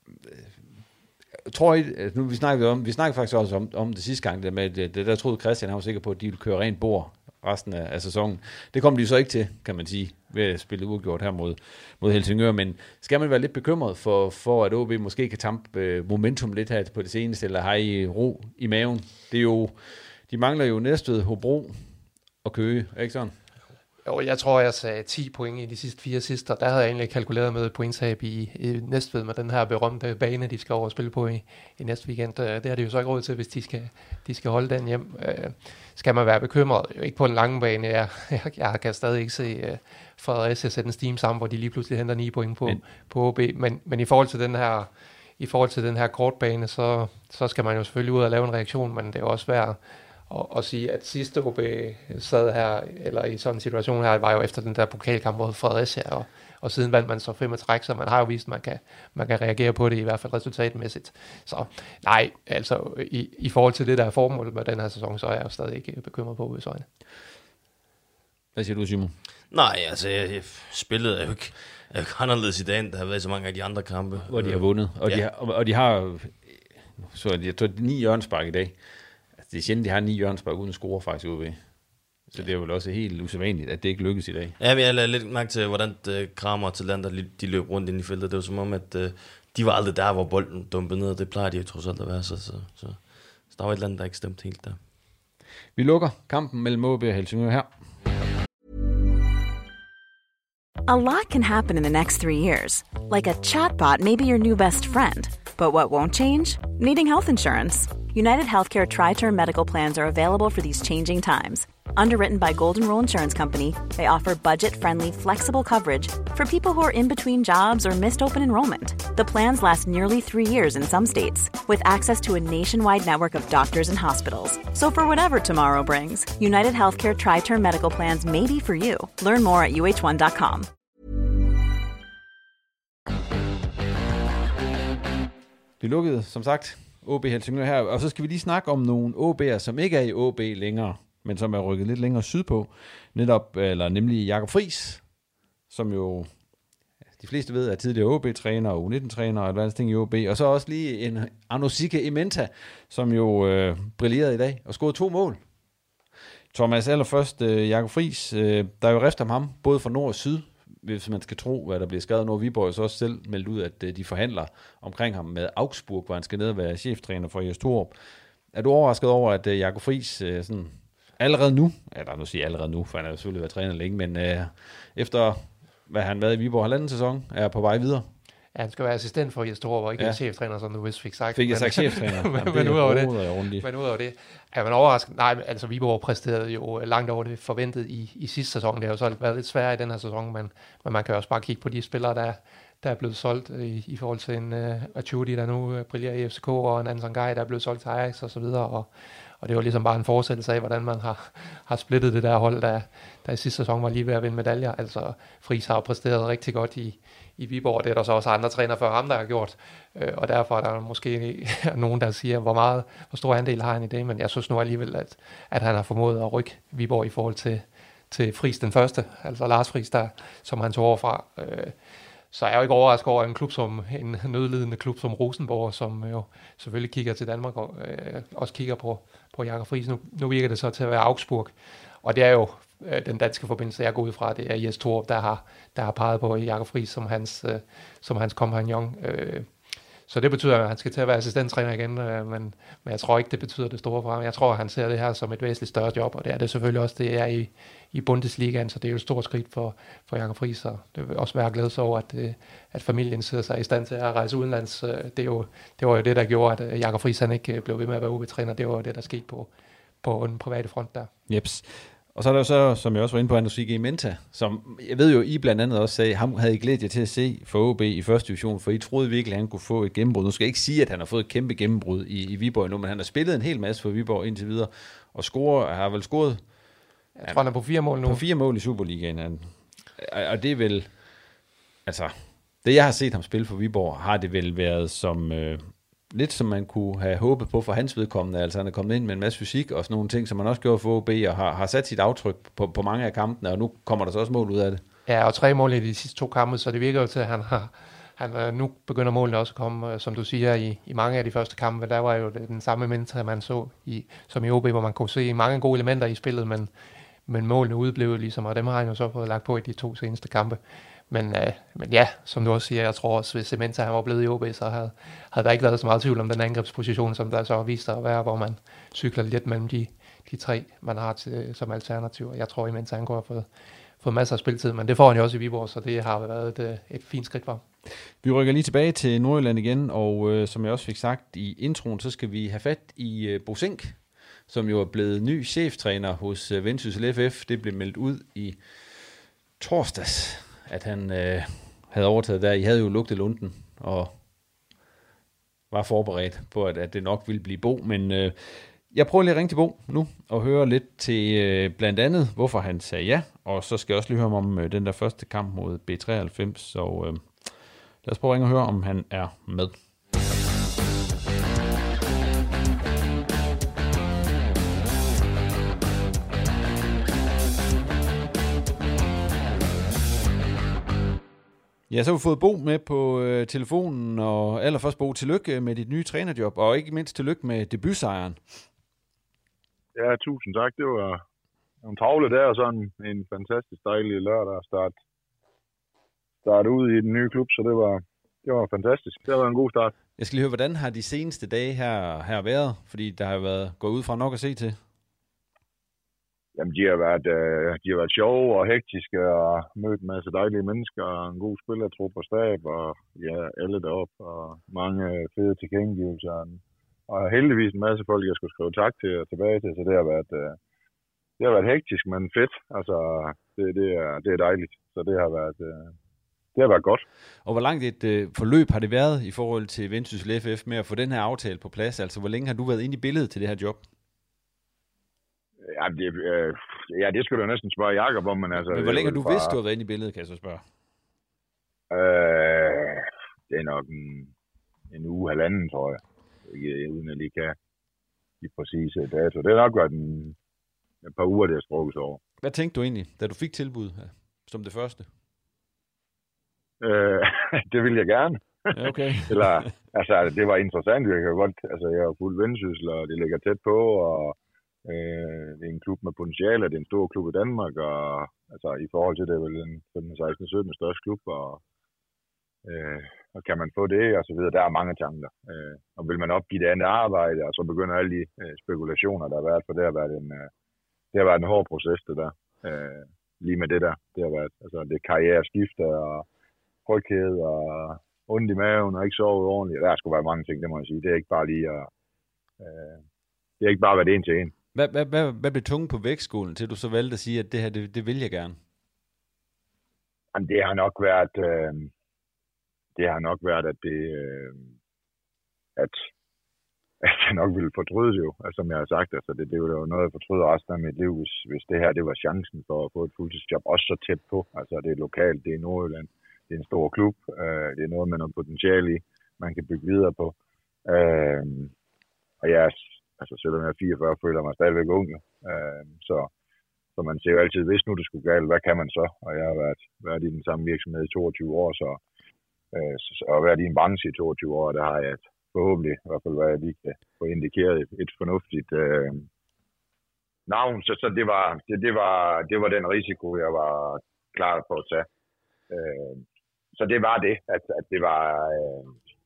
tror I, altså nu vi snakkede om, vi snakkede faktisk også om, om det sidste gang, der med, det, der troede Christian, han var sikker på, at de ville køre rent bord resten af, af sæsonen. Det kom de så ikke til, kan man sige, ved at spille uafgjort her mod, mod Helsingør, men skal man være lidt bekymret for, for at O B måske kan tampe øh, momentum lidt her på det seneste, eller har I ro i maven? Det er jo, de mangler jo Næstved, Hobro og Køge, ikke sådan? Jo, jeg tror, jeg sagde ti point i de sidste fire sidste, og der havde jeg egentlig kalkuleret med pointstab i, i Næstved med den her berømte bane, de skal over og spille på i, i næste weekend. Det har de jo så ikke råd til, hvis de skal, de skal holde den hjem. Øh, skal man være bekymret? Jo ikke på en lang bane. Jeg, jeg, jeg kan stadig ikke se uh, Fredericia sætte en steam sammen, hvor de lige pludselig henter ni point på, men. på O B. Men, men i forhold til den her, i forhold til den her kortbane, så, så skal man jo selvfølgelig ud og lave en reaktion, men det er jo også værd Og, og sige, at sidste O B sad her, eller i sådan en situation her, var jo efter den der pokalkamp mod Fredericia, og, og siden vandt man så fem at træk, så man har jo vist, at man kan, man kan reagere på det, i hvert fald resultatmæssigt. Så nej, altså i, i forhold til det, der er formålet med den her sæson, så er jeg jo stadig ikke bekymret på O B's øjne. Hvad siger du, Simon? Nej, altså jeg, jeg, spillet er jo ikke, er jo ikke anderledes i dag, end der har været så mange af de andre kampe. Hvor de har vundet, og, ja. de, har, og, og de har, så jeg tror, ni hjørnespark i dag. Det er sjældent, de har ni hjørnespark uden score faktisk ude ved. Så det er jo også helt usædvanligt, at det ikke lykkes i dag. Ja, men jeg lader lidt mærke til, hvordan uh, Kramer til Lander, de løb rundt ind i feltet. Det var som om, at uh, de var aldrig der, hvor bolden dumpede ned, og det plejer de jo trods alt at være. Så, så, så, så der var et eller andet, der ikke stemte helt der. Vi lukker kampen mellem O B og Helsingør her. A lot can happen in the next three years. Like a chatbot may be your new best friend. But what won't change? Needing health insurance. United Healthcare Tri-Term Medical Plans are available for these changing times. Underwritten by Golden Rule Insurance Company, they offer budget-friendly, flexible coverage for people who are in between jobs or missed open enrollment. The plans last nearly three years in some states, with access to a nationwide network of doctors and hospitals. So for whatever tomorrow brings, United Healthcare Tri-Term Medical Plans may be for you. Learn more at U H one dot com. Det lukkede, som sagt, O B Helsingør her, og så skal vi lige snakke om nogle O B'er, som ikke er i O B længere, men som er rykket lidt længere sydpå, netop, eller nemlig Jakob Friis, som jo, de fleste ved, er tidligere O B-træner og U nitten-træner og advanced ting i O B, og så også lige en Anosike Imenta, som jo øh, brillerede i dag og scorede to mål. Thomas, allerførst øh, Jakob Friis, øh, der er jo rift om ham, både fra nord og syd, hvis man skal tro, hvad der bliver skadet. Når Viborg så også selv meldt ud, at de forhandler omkring ham med Augsburg, hvor han skal ned og være cheftræner for Jes Torup. Er du overrasket over, at Jakob Friis sådan, allerede nu, eller nu siger jeg allerede nu, for han har jo selvfølgelig været træner længe, men øh, efter hvad han været i Viborg halvanden sæson, er på vej videre? Ja, han skal være assistent for Jes Torup, og ikke ja. cheftræner, som du vist fik sagt. Fik jeg sagt cheftræner? men, men, men ud over det, men ud over det, er man overrasket? Nej, altså Viborg præsterede jo langt over det forventet i, i sidste sæson. Det har jo så været lidt sværere i den her sæson, men, men man kan også bare kigge på de spillere, der, der er blevet solgt i, i forhold til en uh, Achudi, der nu uh, brillerer i F C K, og en Anton Gay, der er blevet solgt til Ajax og så videre, og, og det var ligesom bare en fortsættelse af, hvordan man har, har splittet det der hold, der, der i sidste sæson var lige ved at vinde medaljer. Altså Friis har præsteret rigtig godt i i Viborg, det er der så også andre træner før ham, der har gjort, øh, og derfor er der måske nogen, der siger, hvor meget, hvor stor andel har han i det, men jeg synes nu alligevel, at, at han har formået at rykke Viborg i forhold til, til Friis den første, altså Lars Friis, der, som han tog over fra. Øh, så er jeg jo ikke overrasket over en klub som, en nødlidende klub som Rosenborg, som jo selvfølgelig kigger til Danmark og øh, også kigger på, på Jakob Friis. Nu, nu virker det så til at være Augsburg, og det er jo den danske forbindelse, jeg går ud fra, det er Jes Torup, der har, der har peget på Jakob Friis som hans, øh, som hans kompagnon. Øh, så det betyder, at han skal til at være assistenttræner igen, øh, men, men jeg tror ikke, det betyder det store for ham. Jeg tror, at han ser det her som et væsentligt større job, og det er det selvfølgelig også, det er i, i Bundesligaen, så det er jo et stort skridt for, for Jakob Friis, og det vil også være glæde sig over, at, øh, at familien sidder sig i stand til at rejse udenlands. Det, er jo, det var jo det, der gjorde, at Jakob Friis han ikke blev ved med at være O B-træner. Det var jo det, der skete på, på den private front der. Jeps. Og så er der jo så, som jeg også var inde på, Anosike Imenta, som jeg ved jo, I blandt andet også sagde, ham havde I glædet jer til at se for O B i første division, for I troede virkelig, at han kunne få et gennembrud. Nu skal jeg ikke sige, at han har fået et kæmpe gennembrud i, i Viborg nu, men han har spillet en hel masse for Viborg indtil videre, og score, har vel scoret... Jeg tror, han er på fire mål nu. På fire mål i Superligaen. Han, og det er vel... Altså, det jeg har set ham spille for Viborg, har det vel været som... Øh, lidt som man kunne have håbet på for hans vedkommende. Altså han er kommet ind med en masse fysik og sådan nogle ting, som man også gjorde for O B, og har, har sat sit aftryk på, på mange af kampene, og nu kommer der så også mål ud af det. Ja, og tre mål i de sidste to kampe, så det virker jo til, at han har... Han, nu begynder målene også at komme, som du siger, i, i mange af de første kampe. Der var jo den samme mentor, man så i, som i O B, hvor man kunne se mange gode elementer i spillet, men, men målene udeblev ligesom, og dem har han jo så fået lagt på i de to seneste kampe. Men, øh, men ja, som du også siger, jeg tror også, hvis Cementa han var blevet i O B, så havde, havde der ikke været så meget tvivl om den angrebsposition, som der så har vist sig at være, hvor man cykler lidt mellem de, de tre, man har til, som alternativ. Jeg tror, imens han kunne have fået, fået masser af spilletid, men det får han jo også i Viborg, så det har været et, et fint skridt for ham. Vi rykker lige tilbage til Nordjylland igen, og øh, som jeg også fik sagt i introen, så skal vi have fat i øh, Bo Zink, som jo er blevet ny cheftræner hos øh, Vendsyssel F F. Det blev meldt ud i torsdags, at han øh, havde overtaget der. I havde jo lugtet lunden, og var forberedt på, at, at det nok ville blive Bo, men øh, jeg prøver lige at ringe til Bo nu, og høre lidt til øh, blandt andet, hvorfor han sagde ja, og så skal jeg også lige høre om øh, den der første kamp mod B treoghalvfems, så øh, lad os prøve at ringe og høre, om han er med. Ja, så har vi fået Bo med på øh, telefonen, og allerførst Bo, tillykke med dit nye trænerjob, og ikke mindst tillykke med debutsejren. Ja, tusind tak. Det var en travle der, og sådan en fantastisk dejlig lørdag at starte, starte ud i den nye klub, så det var, det var fantastisk. Det var en god start. Jeg skal lige høre, hvordan har de seneste dage her, her været? Fordi der har været gået ud fra nok at se til. Jamen, de har været, øh, de har været sjove og hektiske og mødt en masse dejlige mennesker og en god spillertrup og stab og ja, alle deroppe og mange fede tilkendegivelser. Og heldigvis en masse folk, jeg skulle skrive tak til og tilbage til, så det har været, øh, det har været hektisk, men fedt. Altså, det, det, er, det er dejligt, så det har været, øh, det har været godt. Og hvor langt et øh, forløb har det været i forhold til Vendsyssel F F med at få den her aftale på plads? Altså, hvor længe har du været inde i billedet til det her job? Ja, det, øh, ja, det skulle du næsten spørge Jakob om, men altså... Men hvor længe har du bare... vidst, du har været inde i billedet, kan jeg så spørge? Øh, det er nok en, en uge, halvanden, tror jeg. Ikke, uden at lige kan de præcise dato. Det har nok været en, et par uger, det har strukket over. Hvad tænkte du egentlig, da du fik tilbud som det første? Øh, det ville jeg gerne. Ja, okay. Eller, altså, det var interessant. Jeg kan godt, altså, jeg har fuldt Vendsyssel, og det ligger tæt på, og Øh, det er en klub med potentiale, det er en stor klub i Danmark, og altså, i forhold til det er vel en femten seksten sytten største klub, og, øh, og kan man få det, og så videre, der er mange tanker. Øh, og vil man opgive det andet arbejde, og så begynder alle de øh, spekulationer, der har været, for det har været en, øh, det har været en hård proces, det der. Øh, lige med det der. Det har været, altså, det er karriereskifte, og tryghed, og ondt i maven, og ikke sovet ordentligt. Der skulle være mange ting, det må jeg sige. Det er ikke bare lige at, øh, det er ikke bare været en til en. Hvad, hvad, hvad, hvad blev tunge på vægtskålen, til du så valgte at sige, at det her, det, det vil jeg gerne? Jamen, det har nok været, øh, det har nok været, at det, øh, at, at jeg nok ville fortryde det jo, altså, som jeg har sagt. Altså, det, det var jo noget, jeg fortryder resten af mit liv, hvis, hvis det her, det var chancen for at få et fuldtidsjob, også så tæt på. Altså, det er lokalt, det er Nordjylland, det er en stor klub, øh, det er noget med noget potentiale i, man kan bygge videre på. Øh, og jeg Altså, selvom jeg er fireogfyrre, føler mig stadigvæk ung. Øh, så, så man ser jo altid, hvis nu det skulle galt, hvad kan man så? Og jeg har været, været i den samme virksomhed i toogtyve år, så, øh, så og været i en branche i toogtyve år, der har jeg et, forhåbentlig, i hvert fald hvad jeg lige kan få indikeret, et, et fornuftigt øh, navn. Så, så det, var, det, det, var, det var den risiko, jeg var klar på at tage. Øh, så det var det, at, at det var... Øh,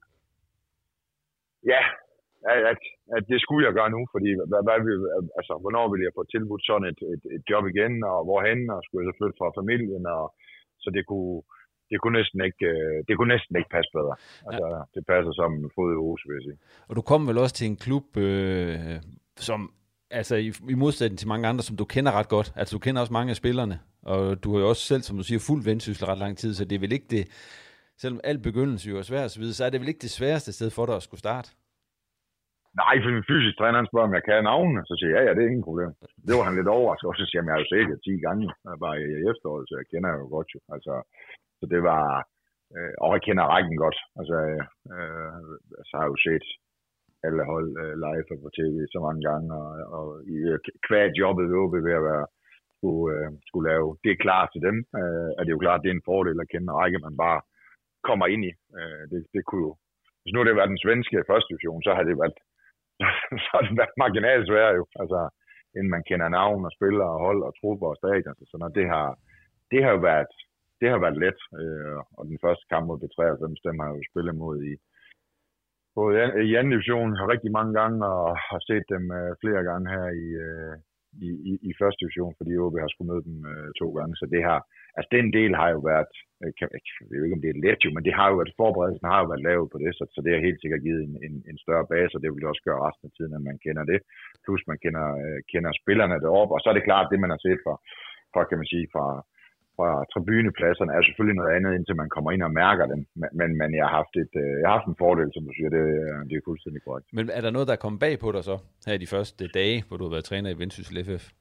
ja... At, at det skulle jeg gøre nu, fordi hvad, hvad vil, altså, hvornår ville jeg få tilbudt sådan et, et, et job igen, og hvorhen, og skulle jeg så flytte fra familien, og så det kunne, det kunne næsten ikke, det kunne næsten ikke passe bedre. Altså, ja. Det passer som en fod i hus, vil jeg sige. Og du kom vel også til en klub, øh, som, altså i, i modsætning til mange andre, som du kender ret godt. Altså du kender også mange af spillerne, og du har jo også selv, som du siger, fuldt Vendsyssel ret lang tid, så det er vel ikke det, selvom al begyndelse jo er svært og så videre, så er det vel ikke det sværeste sted for dig at skulle starte? Nej, for min fysisk træner, han spørger, om jeg kan navnene. Så siger jeg, ja, ja, det er ingen problem. Det var han lidt overrasket, og så siger jeg, jeg har jo set det ti gange, bare i efteråret, så jeg kender jo godt jo. Altså, så det var, øh, og jeg kender rækken godt. Altså, øh, så har jeg jo set alle hold øh, live på T V så mange gange, og, og i hver jobbet ved at være, skulle, øh, skulle lave. Det er klart til dem, øh, at det er jo klart, det er en fordel at kende række, man bare kommer ind i. Øh, det, det kunne jo, hvis nu det var den svenske første division, så har det været så har det været marginalt svært jo. Altså, inden man kender navn og spillere og hold og trupper og stadion. Så når det har, det har jo været, det har været let. Øh, og den første kamp mod B treoghalvfems, dem har jeg jo spillet mod i, både i anden division har rigtig mange gange, og har set dem øh, flere gange her i, øh, i, i, i første division, fordi O B har skulle møde dem øh, to gange. Så det har, altså den del har jo været, øh, kan, jeg ved ikke om det er let jo, men det har jo været, forberedelsen har jo været lavet på det, så, så det har helt sikkert givet en, en, en større base, og det vil det også gøre resten af tiden, at man kender det. Plus man kender, øh, kender spillerne deroppe, og så er det klart, det man har set fra, fra kan man sige, fra fra tribunepladserne er selvfølgelig noget andet, indtil man kommer ind og mærker dem. Men, men jeg, har haft et, jeg har haft en fordel, som du siger, det, det er fuldstændig korrekt. Men er der noget, der er kommet bag på dig så, her i de første dage, hvor du har været træner i Vendsyssel F F?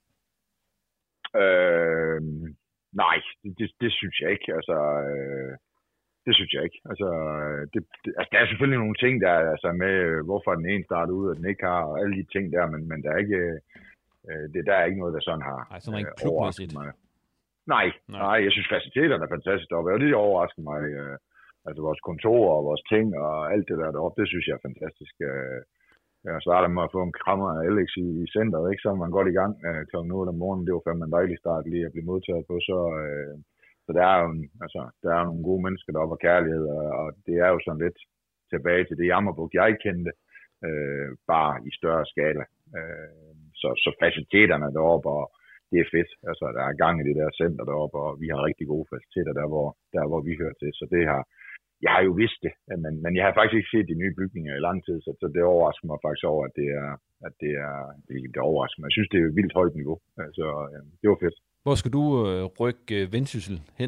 Øh, nej, det, det, det synes jeg ikke. Altså, øh, det synes jeg ikke. Altså, det, det, altså, der er selvfølgelig nogle ting, der er altså, med, hvorfor den ene starter ud, og den ikke har, og alle de ting der, men, men der er ikke, øh, det, der er ikke noget, der sådan har Ej, sådan øh, overrasket mig. Nej, nej, nej, jeg synes faciliteterne er fantastisk deroppe, og det overrasker mig. Øh, altså vores kontor og vores ting og alt det der deroppe, det synes jeg er fantastisk. Øh, jeg starter med at få en krammer af Alex i, i centret, ikke? Så er man godt i gang øh, klokken otte om morgenen. Det var fandme en dejlig start lige at blive modtaget på. Så, øh, så der er jo altså, der er nogle gode mennesker deroppe og kærlighed, og, og det er jo sådan lidt tilbage til det Jammerbugt, jeg kendte, øh, bare i større skala. Øh, så, så faciliteterne deroppe, og det er fedt. Altså, der er gang i det der center deroppe, og vi har rigtig gode faciliteter der, hvor, der, hvor vi hører til. Så det har, jeg har jo vidst det, men, men jeg har faktisk ikke set de nye bygninger i lang tid, så, så det overrasker mig faktisk over, at det er, at det er, det, det overrasker mig. Jeg synes, det er et vildt højt niveau. Altså, det var fedt. Hvor skal du øh, rykke Vendsyssel hen,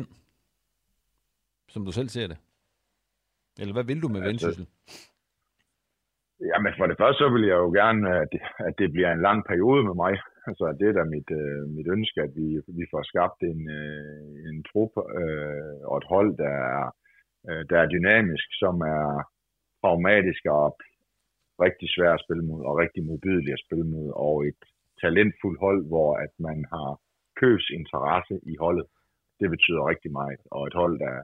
som du selv ser det? Eller hvad vil du med altså, Vendsyssel? Jamen for det første så vil jeg jo gerne, at det, at det bliver en lang periode med mig. Altså det er da mit, øh, mit ønske, at vi, vi får skabt en, øh, en trup øh, og et hold, der er, øh, der er dynamisk, som er pragmatisk og rigtig svært at spille mod, og rigtig modbydelig at spille mod, og et talentfuldt hold, hvor at man har købsinteresse i holdet. Det betyder rigtig meget, og et hold, der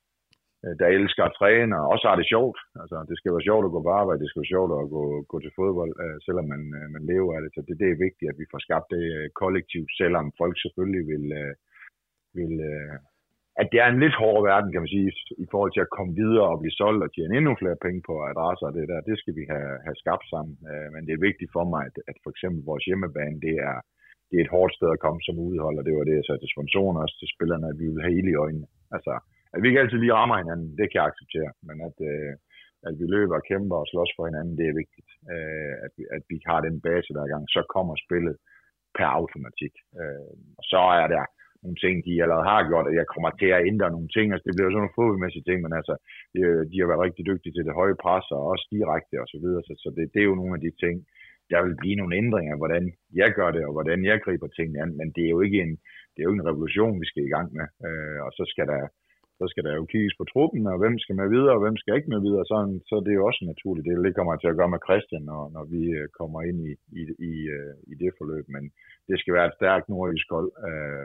der elsker at træne, og også har det sjovt. Altså, det skal være sjovt at gå på arbejde, det skal være sjovt at gå, gå til fodbold, øh, selvom man, øh, man lever af det. Så det, det er vigtigt, at vi får skabt det øh, kollektiv, selvom folk selvfølgelig vil, øh, vil øh, at det er en lidt hård verden, kan man sige, i forhold til at komme videre og blive solgt og tjene endnu flere penge på adresser og det der. Det skal vi have, have skabt sammen. Øh, men det er vigtigt for mig, at, at for eksempel vores hjemmebane, det er, det er et hårdt sted at komme som udhold, og det var det, jeg sagde til sponsorerne også til spillerne, at vi vil have ild i øjnene. Altså, at vi ikke altid lige rammer hinanden, det kan jeg acceptere, men at, øh, at vi løber og kæmper og slås for hinanden, det er vigtigt. Øh, at, vi, at vi har den base hver gang, så kommer spillet per automatik. Øh, og så er der nogle ting, de allerede har gjort, at jeg kommer til at ændre nogle ting. Altså, det bliver jo sådan nogle fodboldmæssige ting, men altså, de, de har været rigtig dygtige til det høje pres og også direkte og så videre, så, så det, det er jo nogle af de ting, der vil blive nogle ændringer, hvordan jeg gør det og hvordan jeg griber tingene an, men det er jo ikke en, det er jo ikke en revolution, vi skal i gang med, øh, og så skal der Så skal der jo kigges på truppen, og hvem skal med videre, og hvem skal ikke med videre. Sådan, så det er jo også en naturlig del. Det kommer til at gøre med Christian, når, når vi kommer ind i, i, i, i det forløb. Men det skal være et stærkt nordjysk hold. Øh,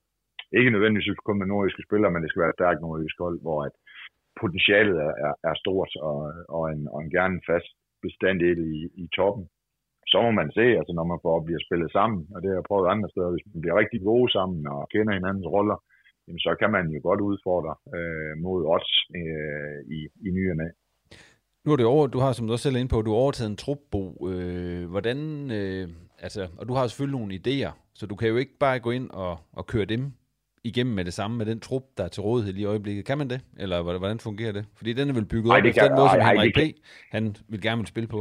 ikke nødvendigvis kun med nordjyske spillere, men det skal være et stærkt nordjysk hold, hvor at potentialet er, er, er stort, og, og, en, og en gerne fast bestanddel i, i toppen. Så må man se, altså når man får bliver spillet sammen, og det har jeg prøvet andre steder, hvis man bliver rigtig gode sammen og kender hinandens roller, jamen, så kan man jo godt udfordre øh, mod odds øh, i, i ny og næ. Nu er det over, du har, som du også selv er inde på, du har overtaget en trupbo. Øh, hvordan, øh, altså, og du har selvfølgelig nogle idéer, så du kan jo ikke bare gå ind og, og køre dem igennem med det samme med den trup, der er til rådighed lige i øjeblikket. Kan man det? Eller hvordan fungerer det? Fordi den er vel bygget op efter den måde, som Henrik P. han vil gerne vil spille på.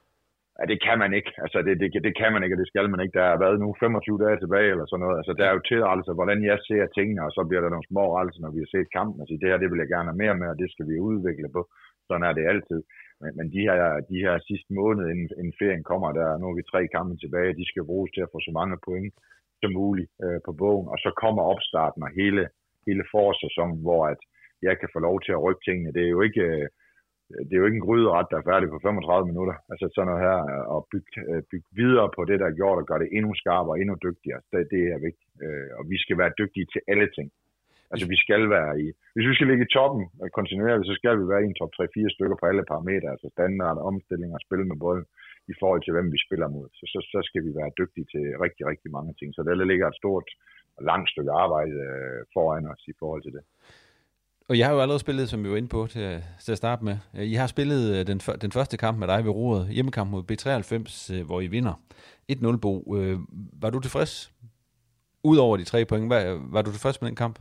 Ja, det kan man ikke. Altså, det, det, det kan man ikke, og det skal man ikke. Der er været nu femogtyve dage tilbage, eller sådan noget. Altså, der er jo til, altså, hvordan jeg ser tingene, og så bliver der nogle små rettelser, når vi har set kampen. Altså, det her, det vil jeg gerne have mere med, og det skal vi udvikle på. Sådan er det altid. Men, men de, her, de her sidste måned, inden, inden ferien kommer, der nu er vi tre kampe tilbage, de skal bruges til at få så mange point som muligt øh, på bogen. Og så kommer opstarten og hele, hele forårssæsonen, hvor at jeg kan få lov til at rykke tingene. Det er jo ikke... Øh, Det er jo ikke en gryderet, der er færdig på femogtredive minutter. Altså sådan noget her, og bygge, bygge videre på det, der er gjort, og gøre det endnu skarpere og endnu dygtigere. Det, det er vigtigt. Og vi skal være dygtige til alle ting. Altså vi skal være i... Hvis vi skal ligge i toppen kontinuerligt, så skal vi være i en top tre fire stykker på alle parametre. Altså standard, omstilling og spil med bolden. i forhold til, hvem vi spiller mod. Så, så, så skal vi være dygtige til rigtig, rigtig mange ting. Så der ligger et stort og langt stykke arbejde øh, foran os i forhold til det. Og jeg har jo allerede spillet, som vi var inde på til, til at starte med. I har spillet den, den første kamp med dig ved roret, hjemmekamp mod B treoghalvfems, hvor I vinder et nul, Bo. Var du tilfreds? Udover de tre point, var, var du tilfreds med den kamp?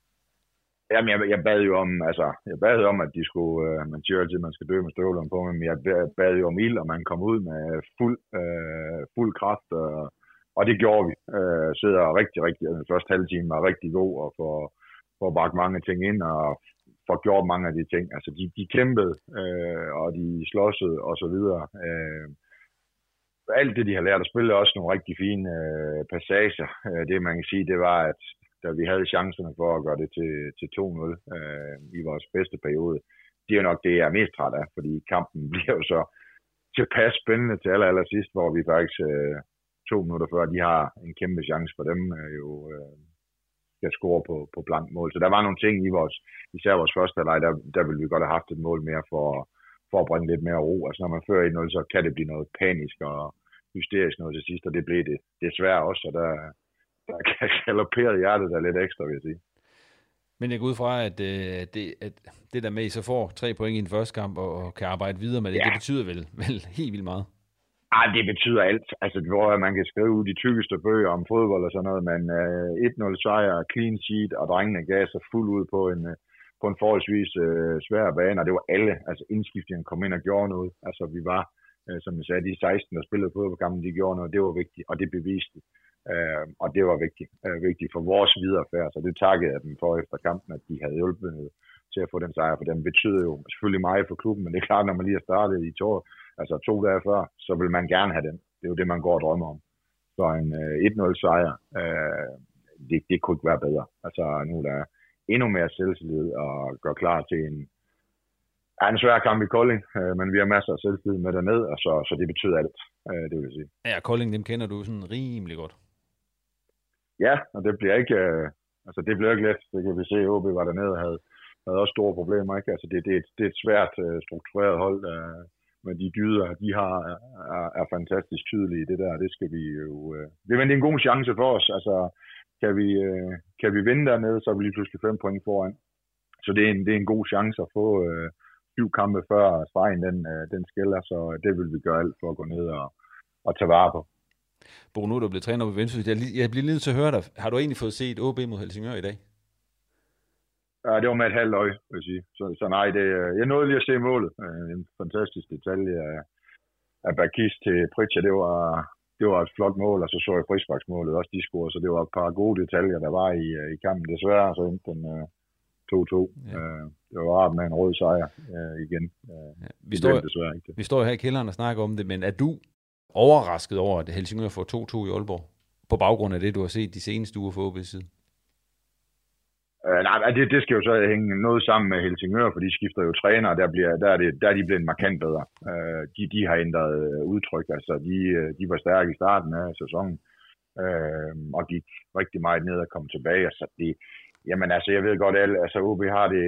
Jamen, jeg, jeg bad jo om, altså, jeg bad jo om, at de skulle, uh, man siger altid, at man skal dø med støvlerne på, men jeg bad jo om ild, og man kom ud med fuld, uh, fuld kraft, uh, og det gjorde vi. Uh, sidder rigtig, rigtig, den første halve time var rigtig god, og får, får bagt mange ting ind, og får gjort mange af de ting. Altså, de, de kæmpede, uh, og de slåssede, og så videre. Uh, alt det, de har lært at spille, også nogle rigtig fine uh, passager. Uh, det, man kan sige, det var, at da vi havde chancerne for at gøre det til, til to nul øh, i vores bedste periode. Det er jo nok det, jeg er mest træt af, fordi kampen bliver jo så tilpas spændende til aller, aller sidst, hvor vi faktisk øh, to minutter før, de har en kæmpe chance for dem øh, jo øh, skal score på, på blank mål. Så der var nogle ting i vores, især vores første halvleg, der, der ville vi godt have haft et mål mere for, for at bringe lidt mere ro. Altså når man fører et nul, så kan det blive noget panisk og hysterisk noget til sidst, og det blev det desværre også, og der der kan galopere hjertet der lidt ekstra, vil jeg sige. Men jeg går ud fra, at, øh, det, at det der med, at I så får tre point i den første kamp, og, og kan arbejde videre med det, ja. Det betyder vel, vel helt vildt meget? Ej, det betyder alt. Altså, hvor man kan skrive de tykkeste bøger om fodbold og sådan noget, men øh, et nul sejr, clean sheet, og drengene gav sig fuld ud på en, på en forholdsvis øh, svær bane, og det var alle. Altså, indskiftningen kom ind og gjorde noget. Altså, vi var, øh, som jeg sagde, de seksten, der spillede fodboldkampen, de gjorde noget. Det var vigtigt, og det beviste Uh, og det var vigtigt, uh, vigtigt for vores videre færd, så det takkede jeg dem for efter kampen, at de havde hjulpet til at få den sejr, for den betyder jo selvfølgelig meget for klubben, men det er klart, når man lige har startet i to, altså to dage før, så vil man gerne have den. Det er jo det, man går og drømmer om. Så en uh, et nul sejr, uh, det, det kunne ikke være bedre. Altså nu er der endnu mere selvtillid og gør klar til en, ja, en svær kamp i Kolding, uh, men vi har masser af selvtillid med derned, og så, så det betyder alt, uh, det vil jeg sige. Ja, Kolding, dem kender du sådan rimelig godt. Ja, og det bliver ikke, øh, altså det bliver ikke let. Det kan vi se, at O B var dernede og havde, havde også store problemer, ikke? Altså det, det, er, et, det er et svært øh, struktureret hold, øh, men de dyder, de har, er, er fantastisk tydelige i det der, det skal vi jo, øh, det er en god chance for os, altså kan vi, øh, kan vi vinde dernede, så er vi lige pludselig fem point foran. Så det er en, det er en god chance at få øh, syv kampe før stregen, den, øh, den skælder, så det vil vi gøre alt for at gå ned og, og tage vare på. Bo, nu er du blevet træner på Vendsyssel. Jeg, jeg bliver lige nødt til at høre dig. Har du egentlig fået set O B mod Helsingør i dag? Ja, det var med et halvt øje, vil jeg sige. Så, så nej, det, jeg nåede lige at se målet. En fantastisk detalje af, af Bakis til Pritja. Det var, det var et flot mål, og så så jeg frisparksmålet også, de scorede. Så det var et par gode detaljer, der var i, i kampen. Desværre så endte den uh, to to. Ja. Uh, det var rart med en rød sejr uh, igen. Uh, ja, vi, står, desværre ikke. vi står jo her i kælderen og snakker om det, men er du overrasket over, at Helsingør får to to i Aalborg, på baggrund af det, du har set de seneste uger for O B's side? Uh, nej, det, det skal jo så hænge noget sammen med Helsingør, for de skifter jo træner, der, bliver, der, er, det, der er de blevet markant bedre. Uh, de, de har ændret udtryk, altså de, de var stærke i starten af sæsonen, uh, og gik rigtig meget ned og kom tilbage. Altså, de, jamen altså, jeg ved godt, at altså, O B har det...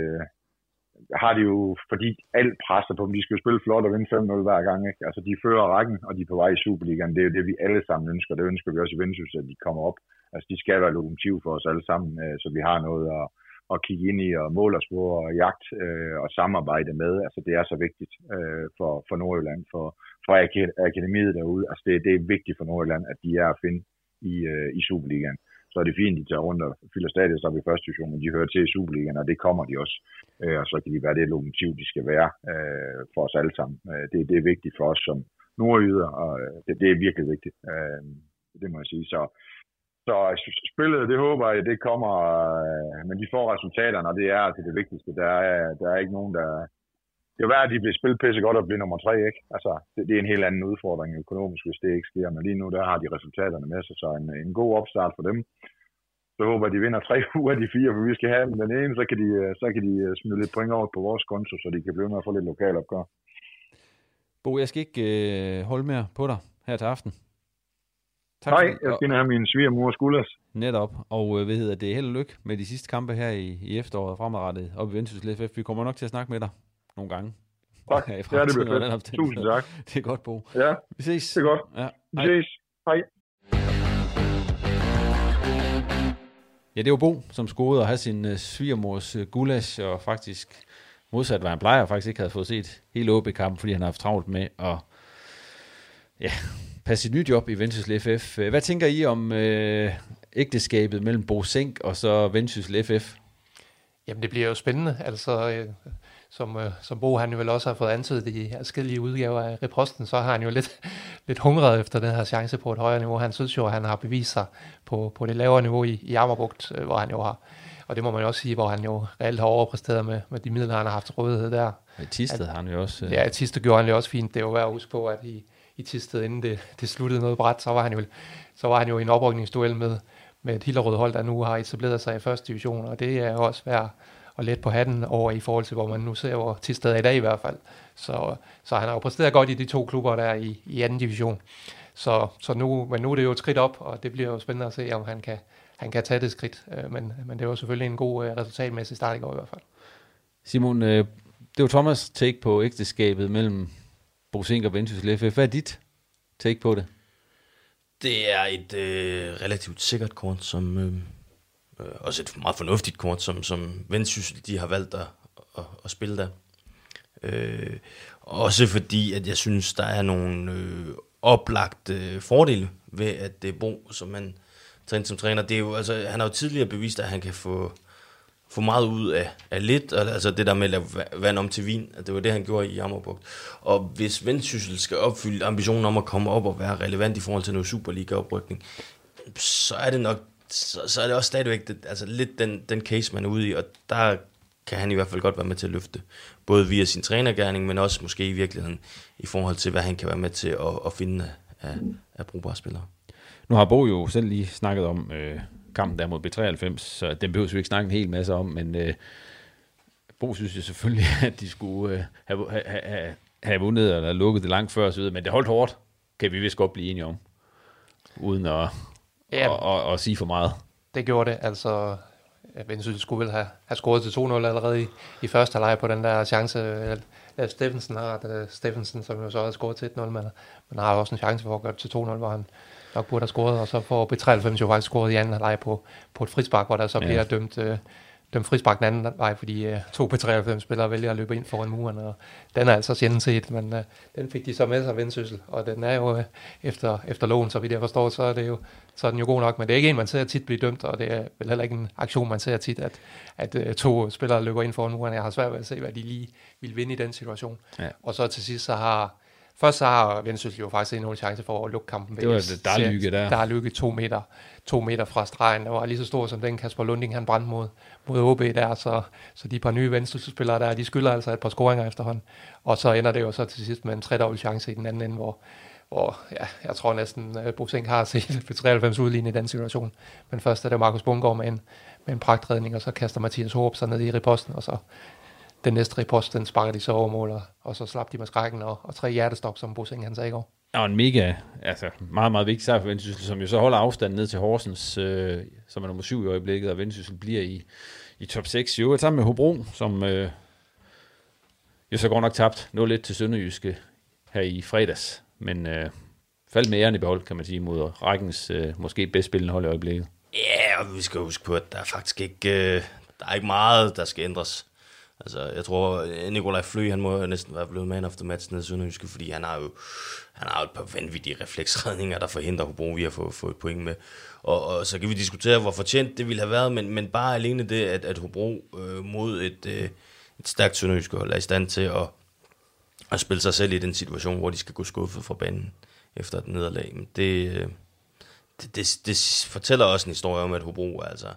har de jo, fordi alt presser på dem, de skal jo spille flot og vinde fem nul hver gang, ikke? Altså, de fører rækken, og de er på vej i Superligaen. Det er jo det, vi alle sammen ønsker. Det ønsker vi også i Vendsyssel, at de kommer op. Altså, de skal være lokomotiv for os alle sammen, så vi har noget at, at kigge ind i, og måle os på, og jagt øh, og samarbejde med. Altså, det er så vigtigt øh, for, for Nordjylland, for, for akademiet derude. Altså, det, det er vigtigt for Nordjylland, at de er at finde i, øh, i Superligaen. Så er det fint, de tager rundt og fylder stadion, så er vi i første division, men de hører til i Superligaen, og det kommer de også. Øh, og så kan de være det lokomotiv, de skal være øh, for os alle sammen. Øh, det, det er vigtigt for os som nordjyder, og det, det er virkelig vigtigt. Øh, det må jeg sige. Så, så spillet, det håber jeg, det kommer, øh, men de får resultaterne, og det er altså det vigtigste. Der er, der er ikke nogen, der... Det er værd, at de bliver spillet pisse godt og bliver nummer tre, ikke? Altså, det, det er en helt anden udfordring økonomisk, hvis det ikke sker. Men lige nu, der har de resultaterne med sig, så en, en god opstart for dem. Så håber jeg, de vinder tre uger af de fire, for vi skal have den ene, så kan de, så kan de smide lidt point over på vores konto, så de kan blive med at få lidt lokal opgør. Bo, jeg skal ikke øh, holde mere på dig her til aften. Tak. Nej, jeg skal have min svigermor skulders. Netop, og øh, hvad hedder det, held og lykke med de sidste kampe her i, i efteråret fremadrettet op i Vendsyssel F F. Vi kommer nok til at snakke med dig nogle gange. Tak. Ja, det er det perfekt. Tusind tak. Det er godt, Bo. Ja, vi ses. Det er godt. Ja. Vi ses. Hej. Ja, det var Bo, som skulle ud og have sin uh, svigermors uh, gulasch, og faktisk modsat hvad han plejer, faktisk ikke havde fået set hele O B-kampen, fordi han har haft travlt med at ja, passe sit nye job i Vendsyssel F F. Hvad tænker I om øh, ægteskabet mellem Bo Zink og så Vendsyssel F F? Jamen, det bliver jo spændende. Altså, øh, som, øh, som Bo han jo vel også har fået antydet i forskellige udgaver af reposten, så har han jo lidt, lidt hungret efter den her chance på et højere niveau. Han synes jo, at han har bevist sig på, på det lavere niveau i, i Amagerbugt, øh, hvor han jo har, og det må man jo også sige, hvor han jo reelt har overpræsteret med, med de midler, han har haft til rådighed der. I Thisted har han jo også... Øh... Ja, i Thisted gjorde han jo også fint. Det er jo værd at huske på, at i, i Thisted, inden det, det sluttede noget bræt, så var han jo, så var han jo i en oprykningsduel med, med et Hillerød hold, der nu har etableret sig i første division, og det er jo også værd at lette på hatten over i forhold til, hvor man nu ser, hvor Thisted er i dag i hvert fald. Så, så han har jo præsteret godt i de to klubber, der er i, i anden division. Så, så nu, men nu er det jo et skridt op, og det bliver jo spændende at se, om han kan, han kan tage det skridt. Men, men det var selvfølgelig en god resultatmæssig start i går i hvert fald. Simon, det var Thomas' take på ægteskabet mellem Bo Zink og Vendsyssel F F. Hvad er dit take på det? Det er et øh, relativt sikkert kort, som øh, også et meget fornuftigt kort, som, som Vendsyssel de har valgt at, at, at spille der. Øh, også fordi, at jeg synes, der er nogle øh, oplagte øh, fordele ved, at det er Bo, som man tager ind som træner. Det er jo, altså, han har jo tidligere bevist, at han kan få, få meget ud af, af lidt, altså det der med at lave vand om til vin, at det var det, han gjorde i Amagerbugt. Og hvis Vendsyssel skal opfylde ambitionen om at komme op og være relevant i forhold til noget Superliga-oprykning, så er det nok, så, så er det også stadigvæk det, altså lidt den, den case, man er ude i, og der kan han i hvert fald godt være med til at løfte, både via sin trænergerning, men også måske i virkeligheden i forhold til, hvad han kan være med til at, at finde af, af brugbare spillere. Nu har Bo jo selv lige snakket om øh, kampen der mod B treoghalvfems, så den behøver vi ikke snakke en hel masse om, men øh, Bo synes jo selvfølgelig, at de skulle øh, have, have, have, have vundet eller lukket det langt før, så videre, men det holdt hårdt, kan vi vist godt blive enige om, uden at, ja, og, og, og sige for meget. Det gjorde det, altså Vendsyssel skulle vel have, have scoret til to nul allerede i, i første halvleg på den der chance, at Steffensen har det, Steffensen, som jo så havde scoret til et nul, men man har også en chance for at gøre det til to nul, hvor han nok burde have scoret, og så får B treoghalvfems jo faktisk scoret i anden halvleg på, på et frispark, hvor der så bliver ja. dømt, øh, dømt frispark den anden vej, fordi øh, to B treoghalvfems spillere vælger at løbe ind foran muren, og den er altså sjældent set, men øh, den fik de så med sig Vendsyssel, og den er jo øh, efter, efter loven, så vidt jeg forstår, så er, det jo, så er den jo god nok, men det er ikke en, man ser tit blive dømt, og det er vel heller ikke en aktion, man ser tit, at, at øh, to spillere løber ind foran muren. Jeg har svært ved at se, hvad de lige vil vinde i den situation. Ja. Og så til sidst, så har Først så har Vendsyssel jo faktisk en chance for at lukke kampen. Det var det, der er lykke der. Der er lykke to meter, to meter fra stregen, og var lige så stor som den Kasper Lunding, han brændte mod, mod O B der, så, så de par nye Vendsyssel-spillere der, de skylder altså et par scoringer efterhånden. Og så ender det jo så til sidst med en tredobbelt chance i den anden ende, hvor, hvor ja, jeg tror næsten, at Bo Zink har set B treoghalvfems udligne i den situation. Men først er det Markus Bungård med en, med en pragtredning, og så kaster Mathias Håb sig ned i riposten, og så den næste ripost, den sparker de så over mål, og, og så slap de med skrækken, og, og tre hjertestop, som Bo Zink han sagde i går. Og en mega, altså meget, meget vigtig sejr for Vendsyssel, som jo så holder afstanden ned til Horsens, øh, som er nummer syv i øjeblikket, og Vendsyssel bliver i, i top seks. Jo, sammen med Hobro, som øh, jo så går nok tabt nul et til Sønderjyske her i fredags, men øh, faldt med æren i behold, kan man sige, mod rækkens øh, måske bedst spillende hold i øjeblikket. Ja, og vi skal huske på, at der er faktisk ikke, øh, der er ikke meget, der skal ændres. Altså, jeg tror, Nikolaj Flø, han må næsten være blevet man of the match nede i Sønderjyske, fordi han har jo, han har jo et par vanvittige refleksredninger, der forhindrer Hobro i at få, få et point med. Og, og så kan vi diskutere, hvor fortjent det ville have været, men, men bare alene det, at, at Hobro øh, mod et, øh, et stærkt Sønderjyske hold er i stand til at, at spille sig selv i den situation, hvor de skal gå skuffet fra banen efter et nederlag. Men det, øh, det, det, det fortæller også en historie om, at Hobro er altså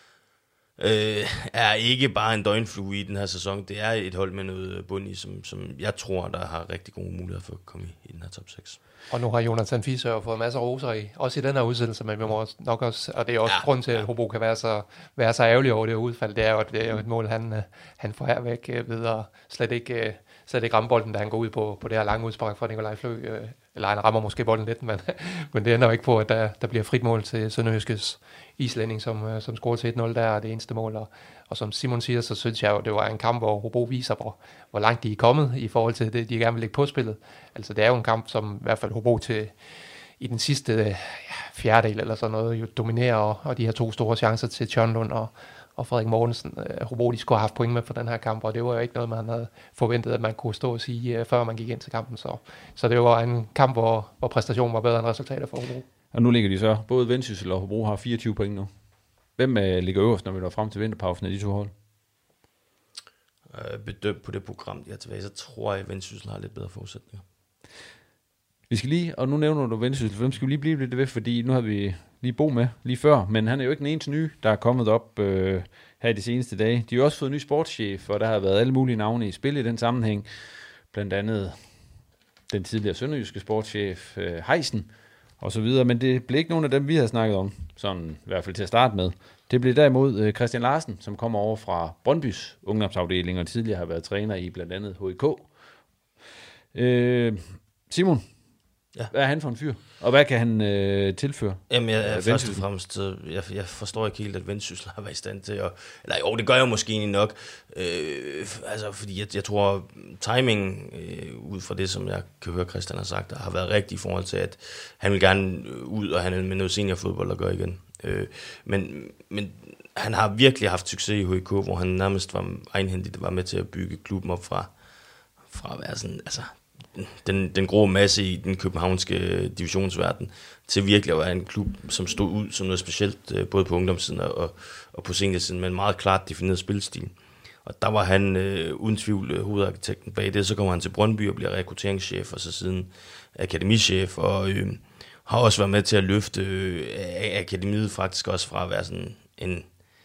Øh, er ikke bare en døgnflue i den her sæson. Det er et hold med noget bund i, som, som jeg tror, der har rigtig gode muligheder for at komme i, i den her top seks. Og nu har Jonathan Fischer fået masser af roser i, også i den her udsendelse, men vi må nok også, og det er også ja, grund til, at Hobro kan være så, være så ærgerlig over det udfald. Det er jo, det er jo et mål, han, han får hervæk ved at slet ikke, så det ikke ramme bolden, da han går ud på, på det her lange udspark fra Nikolaj Flø. Øh, eller han rammer måske bolden lidt, men, men det ender jo ikke på, at der, der bliver frit mål til Sønderjyskes islænding, som, øh, som scorer til et nul, der er det eneste mål. Og, og som Simon siger, så synes jeg jo, det var en kamp, hvor Hobro viser, hvor, hvor langt de er kommet i forhold til det, de gerne vil lægge på spillet. Altså det er jo en kamp, som i hvert fald Hobro til i den sidste ja, fjerdedel eller sådan noget, jo dominerer, og, og de her to store chancer til Tjørnlund og, og Frederik Mortensen. Øh, Hobro, de skulle have haft point med for den her kamp, og det var jo ikke noget, man havde forventet, at man kunne stå og sige, øh, før man gik ind til kampen. Så, så det var en kamp, hvor, hvor præstationen var bedre end resultater for Hobro. Og nu ligger de så, både Vendsyssel og Hobro har fireogtyve point nu. Hvem øh, ligger øverst, når vi når frem til vinterpausen af de to hold? Øh, bedømt på det program, jeg er tilbage, så tror jeg, at Vendsyssel har lidt bedre forudsætninger. Vi skal lige, og nu nævner du Vendsyssel, hvem skal vi lige blive lidt ved, fordi nu har vi lige Bo med lige før, men han er jo ikke den eneste nye, der er kommet op øh, her i de seneste dage. De har jo også fået en ny sportschef, og der har været alle mulige navne i spil i den sammenhæng. Blandt andet den tidligere sønderjyske sportschef øh, Heisen og så videre, men det blev ikke nogen af dem, vi havde snakket om, sådan i hvert fald til at starte med. Det blev derimod øh, Christian Larsen, som kommer over fra Brøndbys ungdomsafdeling, og tidligere har været træner i blandt andet H I K. Øh, Simon, ja. Hvad er han for en fyr? Og hvad kan han øh, tilføre? Jamen, jeg, jeg, først og fremmest, jeg, jeg forstår ikke helt, at Vendsyssel har været i stand til at... Eller jo, det gør jeg måske egentlig nok. Øh, altså, fordi jeg, jeg tror, timingen, øh, ud fra det, som jeg kan høre, Christian har sagt, har været rigtig i forhold til, at han vil gerne ud, og han vil med noget seniorfodbold at gøre igen. Øh, men, men han har virkelig haft succes i H I K, hvor han nærmest var egenhændigt, var med til at bygge klubben op fra, fra at være sådan... Altså, Den, den grå masse i den københavnske divisionsverden, til virkelig at være en klub, som stod ud som noget specielt, både på ungdomssiden og, og på seniorsiden, med en meget klart defineret spilstil. Og der var han øh, uden tvivl øh, hovedarkitekten bag det. Så kommer han til Brøndby og bliver rekrutteringschef, og så siden akademichef, og øh, har også været med til at løfte øh, akademiet faktisk også fra at være sådan en,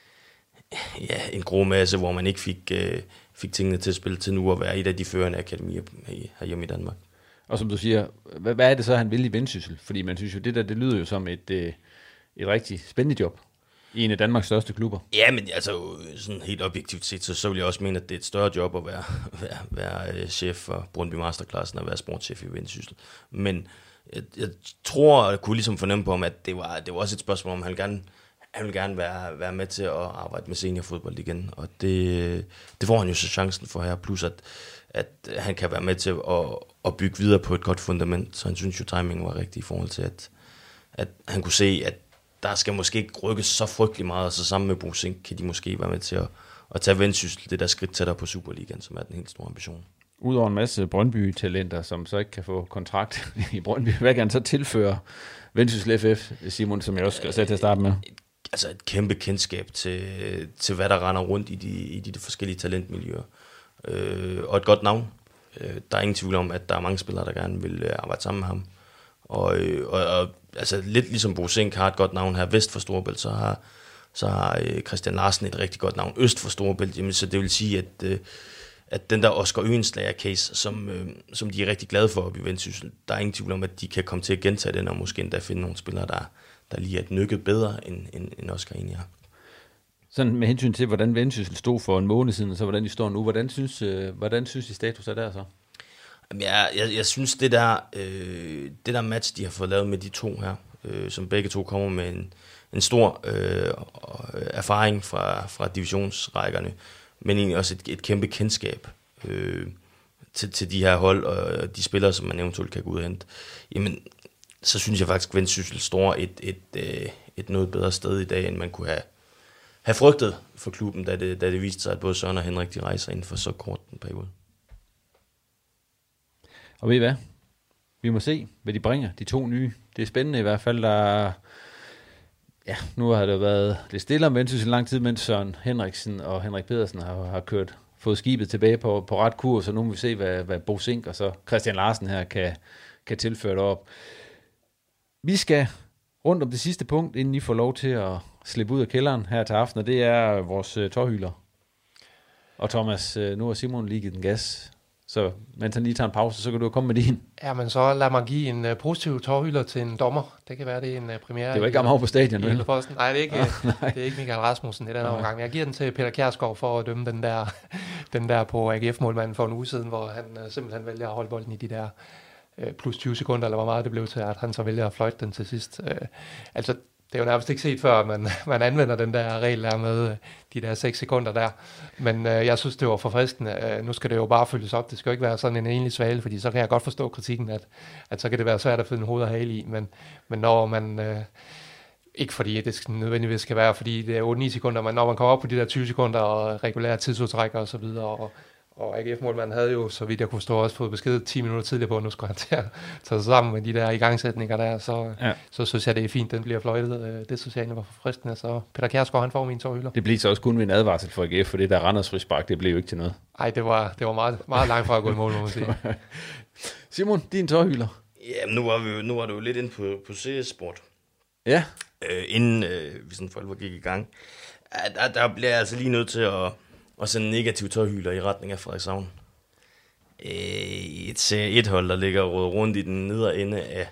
ja, en grå masse, hvor man ikke fik... Øh, fik tingene til at spille til nu at være et af de førende akademier herhjemme i Danmark. Og som du siger, hvad, hvad er det så, han vil i Vendsyssel? Fordi man synes jo, det der, det lyder jo som et, et rigtig spændende job i en af Danmarks største klubber. Ja, men altså sådan helt objektivt set, så, så vil jeg også mene, at det er et større job at være, være, være chef for Brøndby Masterklassen og være sportschef i Vendsyssel. Men jeg, jeg tror, og jeg kunne ligesom fornemme på ham, at det var, det var også et spørgsmål, om han gerne Han vil gerne være, være med til at arbejde med seniorfodbold igen, og det, det får han jo så chancen for her, plus at, at han kan være med til at, at bygge videre på et godt fundament, så han synes jo, timingen var rigtig i forhold til, at, at han kunne se, at der skal måske ikke rykkes så frygtelig meget, og så sammen med Bo Zink kan de måske være med til at, at tage Vendsyssel det der skridt tættere på Superligaen, som er den helt store ambition. Udover en masse Brøndby-talenter, som så ikke kan få kontrakt i Brøndby, hvad kan han så tilføre Vendsyssel F F, Simon, som jeg også skal sætte til at starte med? Altså et kæmpe kendskab til, til hvad der render rundt i de, i de, de forskellige talentmiljøer. Øh, og et godt navn. Øh, der er ingen tvivl om, at der er mange spillere, der gerne vil arbejde sammen med ham. Og, øh, og, og altså, lidt ligesom Bo Zink har et godt navn her vest for Storebælt, så har, så har øh, Christian Larsen et rigtig godt navn øst for Storebælt. Jamen, så det vil sige, at, øh, at den der Oscar Øenslager-case, som, øh, som de er rigtig glade for oppe i Vendsyssel, der er ingen tvivl om, at de kan komme til at gentage den, og måske endda finde nogle spillere, der der lige er et nykket bedre, end, end, end Oscar egentlig har. Sådan med hensyn til, hvordan Vendsyssel stod for en måned siden, og så hvordan de står nu, hvordan synes, øh, hvordan synes I status er der så? Jamen, jeg, jeg, jeg synes, det der, øh, det der match, de har fået lavet med de to her, øh, som begge to kommer med en, en stor øh, erfaring fra, fra divisionsrækkerne, men egentlig også et, et kæmpe kendskab øh, til, til de her hold, og de spillere, som man eventuelt kan gå ud og hente. Jamen, så synes jeg faktisk, at Vendsyssel står et, et, et, et noget bedre sted i dag, end man kunne have, have frygtet for klubben, da det, da det viste sig, at både Søren og Henrik de rejser inden for så kort en periode. Og ved I hvad? Vi må se, hvad de bringer, de to nye. Det er spændende i hvert fald, der... Ja, nu har det været lidt stille om Vendsyssel lang tid, mens Søren Henriksen og Henrik Pedersen har, har kørt, fået skibet tilbage på, på ret kurs, og nu må vi se, hvad, hvad Bo Zink og så Christian Larsen her kan, kan tilføre derop. Vi skal rundt om det sidste punkt, inden I får lov til at slippe ud af kælderen her til aften, og det er vores uh, tårhyler. Og Thomas, uh, nu har Simon lige givet den gas, Så mens han lige tager en pause, så kan du komme med din. Ja, men så lad mig give en uh, positiv tårhylder til en dommer. Det kan være, det er en uh, premiere. Det var ikke Amager på stadion, vel? Nej, det er ikke, det er ikke Michael Rasmussen i den her omgang. Jeg giver den til Peter Kjærsgaard for at dømme den der, den der på A G F-målmanden for en uge siden, hvor han uh, simpelthen vælger at holde bolden i de der uh, plus tyve sekunder, eller hvor meget det blev til, at han så vælger at fløjte den til sidst. Uh, altså, det er jo nærmest ikke set før, at man, man anvender den der regel der med øh, de der seks sekunder der. Men øh, jeg synes, det var forfriskende. Øh, nu skal det jo bare følges op. Det skal jo ikke være sådan en enlig svale, fordi så kan jeg godt forstå kritikken, at, at så kan det være svært at finde hoved og hale i. Men, men når man... Øh, ikke fordi det skal, nødvendigvis skal være, fordi det er otte ni sekunder, men når man kommer op på de der tyve sekunder og regulære tidsudtrækker og så videre, og, og A G F-målmanden havde jo, så vidt jeg kunne forstå, også fået besked ti minutter tidligere på, at nu skulle han til at tage sig sammen med de der igangsætninger der, så, ja. så synes jeg, det er fint, den bliver fløjtet. Det synes jeg egentlig var forfriskende, så Peter Kjærsgaard, han får min tårhylder. Det bliver så også kun ved en advarsel for A G F, for det der Randers frispark, det blev jo ikke til noget. Nej, det var, det var meget, meget langt fra at gå i mål, må man sige. Simon, din tårhylder? Jamen, nu var, vi jo, nu var du jo lidt inde på, på C S-sport. Ja. Øh, inden øh, vi sådan for alvor gik i gang. Der, der bliver jeg altså lige nødt til at, at sende negativ tårhylder i retning af Frederikshavn. Øh, et Serie et-hold, der ligger rundt i den nedre ende af,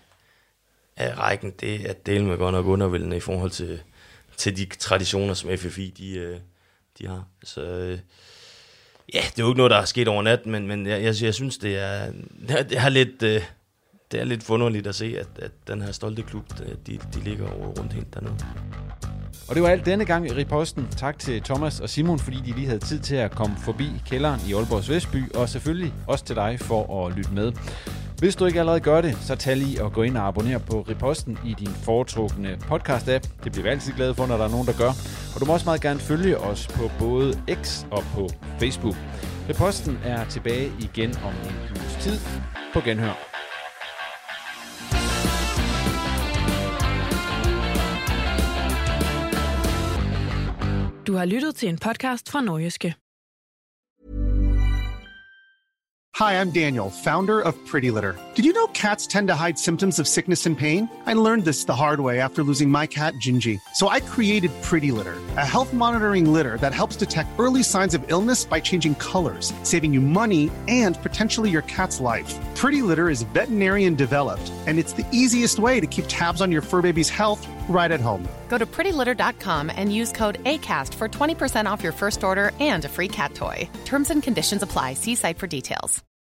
af rækken, det er delt med godt nok undervældende i forhold til, til de traditioner, som F F I de, øh, de har. Så øh, ja, det er jo ikke noget, der er sket over nat, men, men jeg, jeg, jeg synes, det er, det er lidt... Øh, Det er lidt forunderligt at se, at, at den her stolte klub, de, de ligger rundt helt dernede. Og det var alt denne gang i Riposten. Tak til Thomas og Simon, fordi de lige havde tid til at komme forbi kælderen i Aalborgs Vestby, og selvfølgelig også til dig for at lytte med. Hvis du ikke allerede gør det, så tag lige og gå ind og abonnere på Riposten i din foretrukne podcast-app. Det bliver vi altid glade for, når der er nogen, der gør. Og du må også meget gerne følge os på både X og på Facebook. Riposten er tilbage igen om en uges tid. På genhør. Du har lyttet til en podcast fra Nordjyske. Hi, I'm Daniel, founder of Pretty Litter. Did you know cats tend to hide symptoms of sickness and pain? I learned this the hard way after losing my cat, Gingy. So I created Pretty Litter, a health monitoring litter that helps detect early signs of illness by changing colors, saving you money and potentially your cat's life. Pretty Litter is veterinarian developed, and it's the easiest way to keep tabs on your fur baby's health right at home. Go to pretty litter dot com and use code ACAST for twenty percent off your first order and a free cat toy. Terms and conditions apply. See site for details.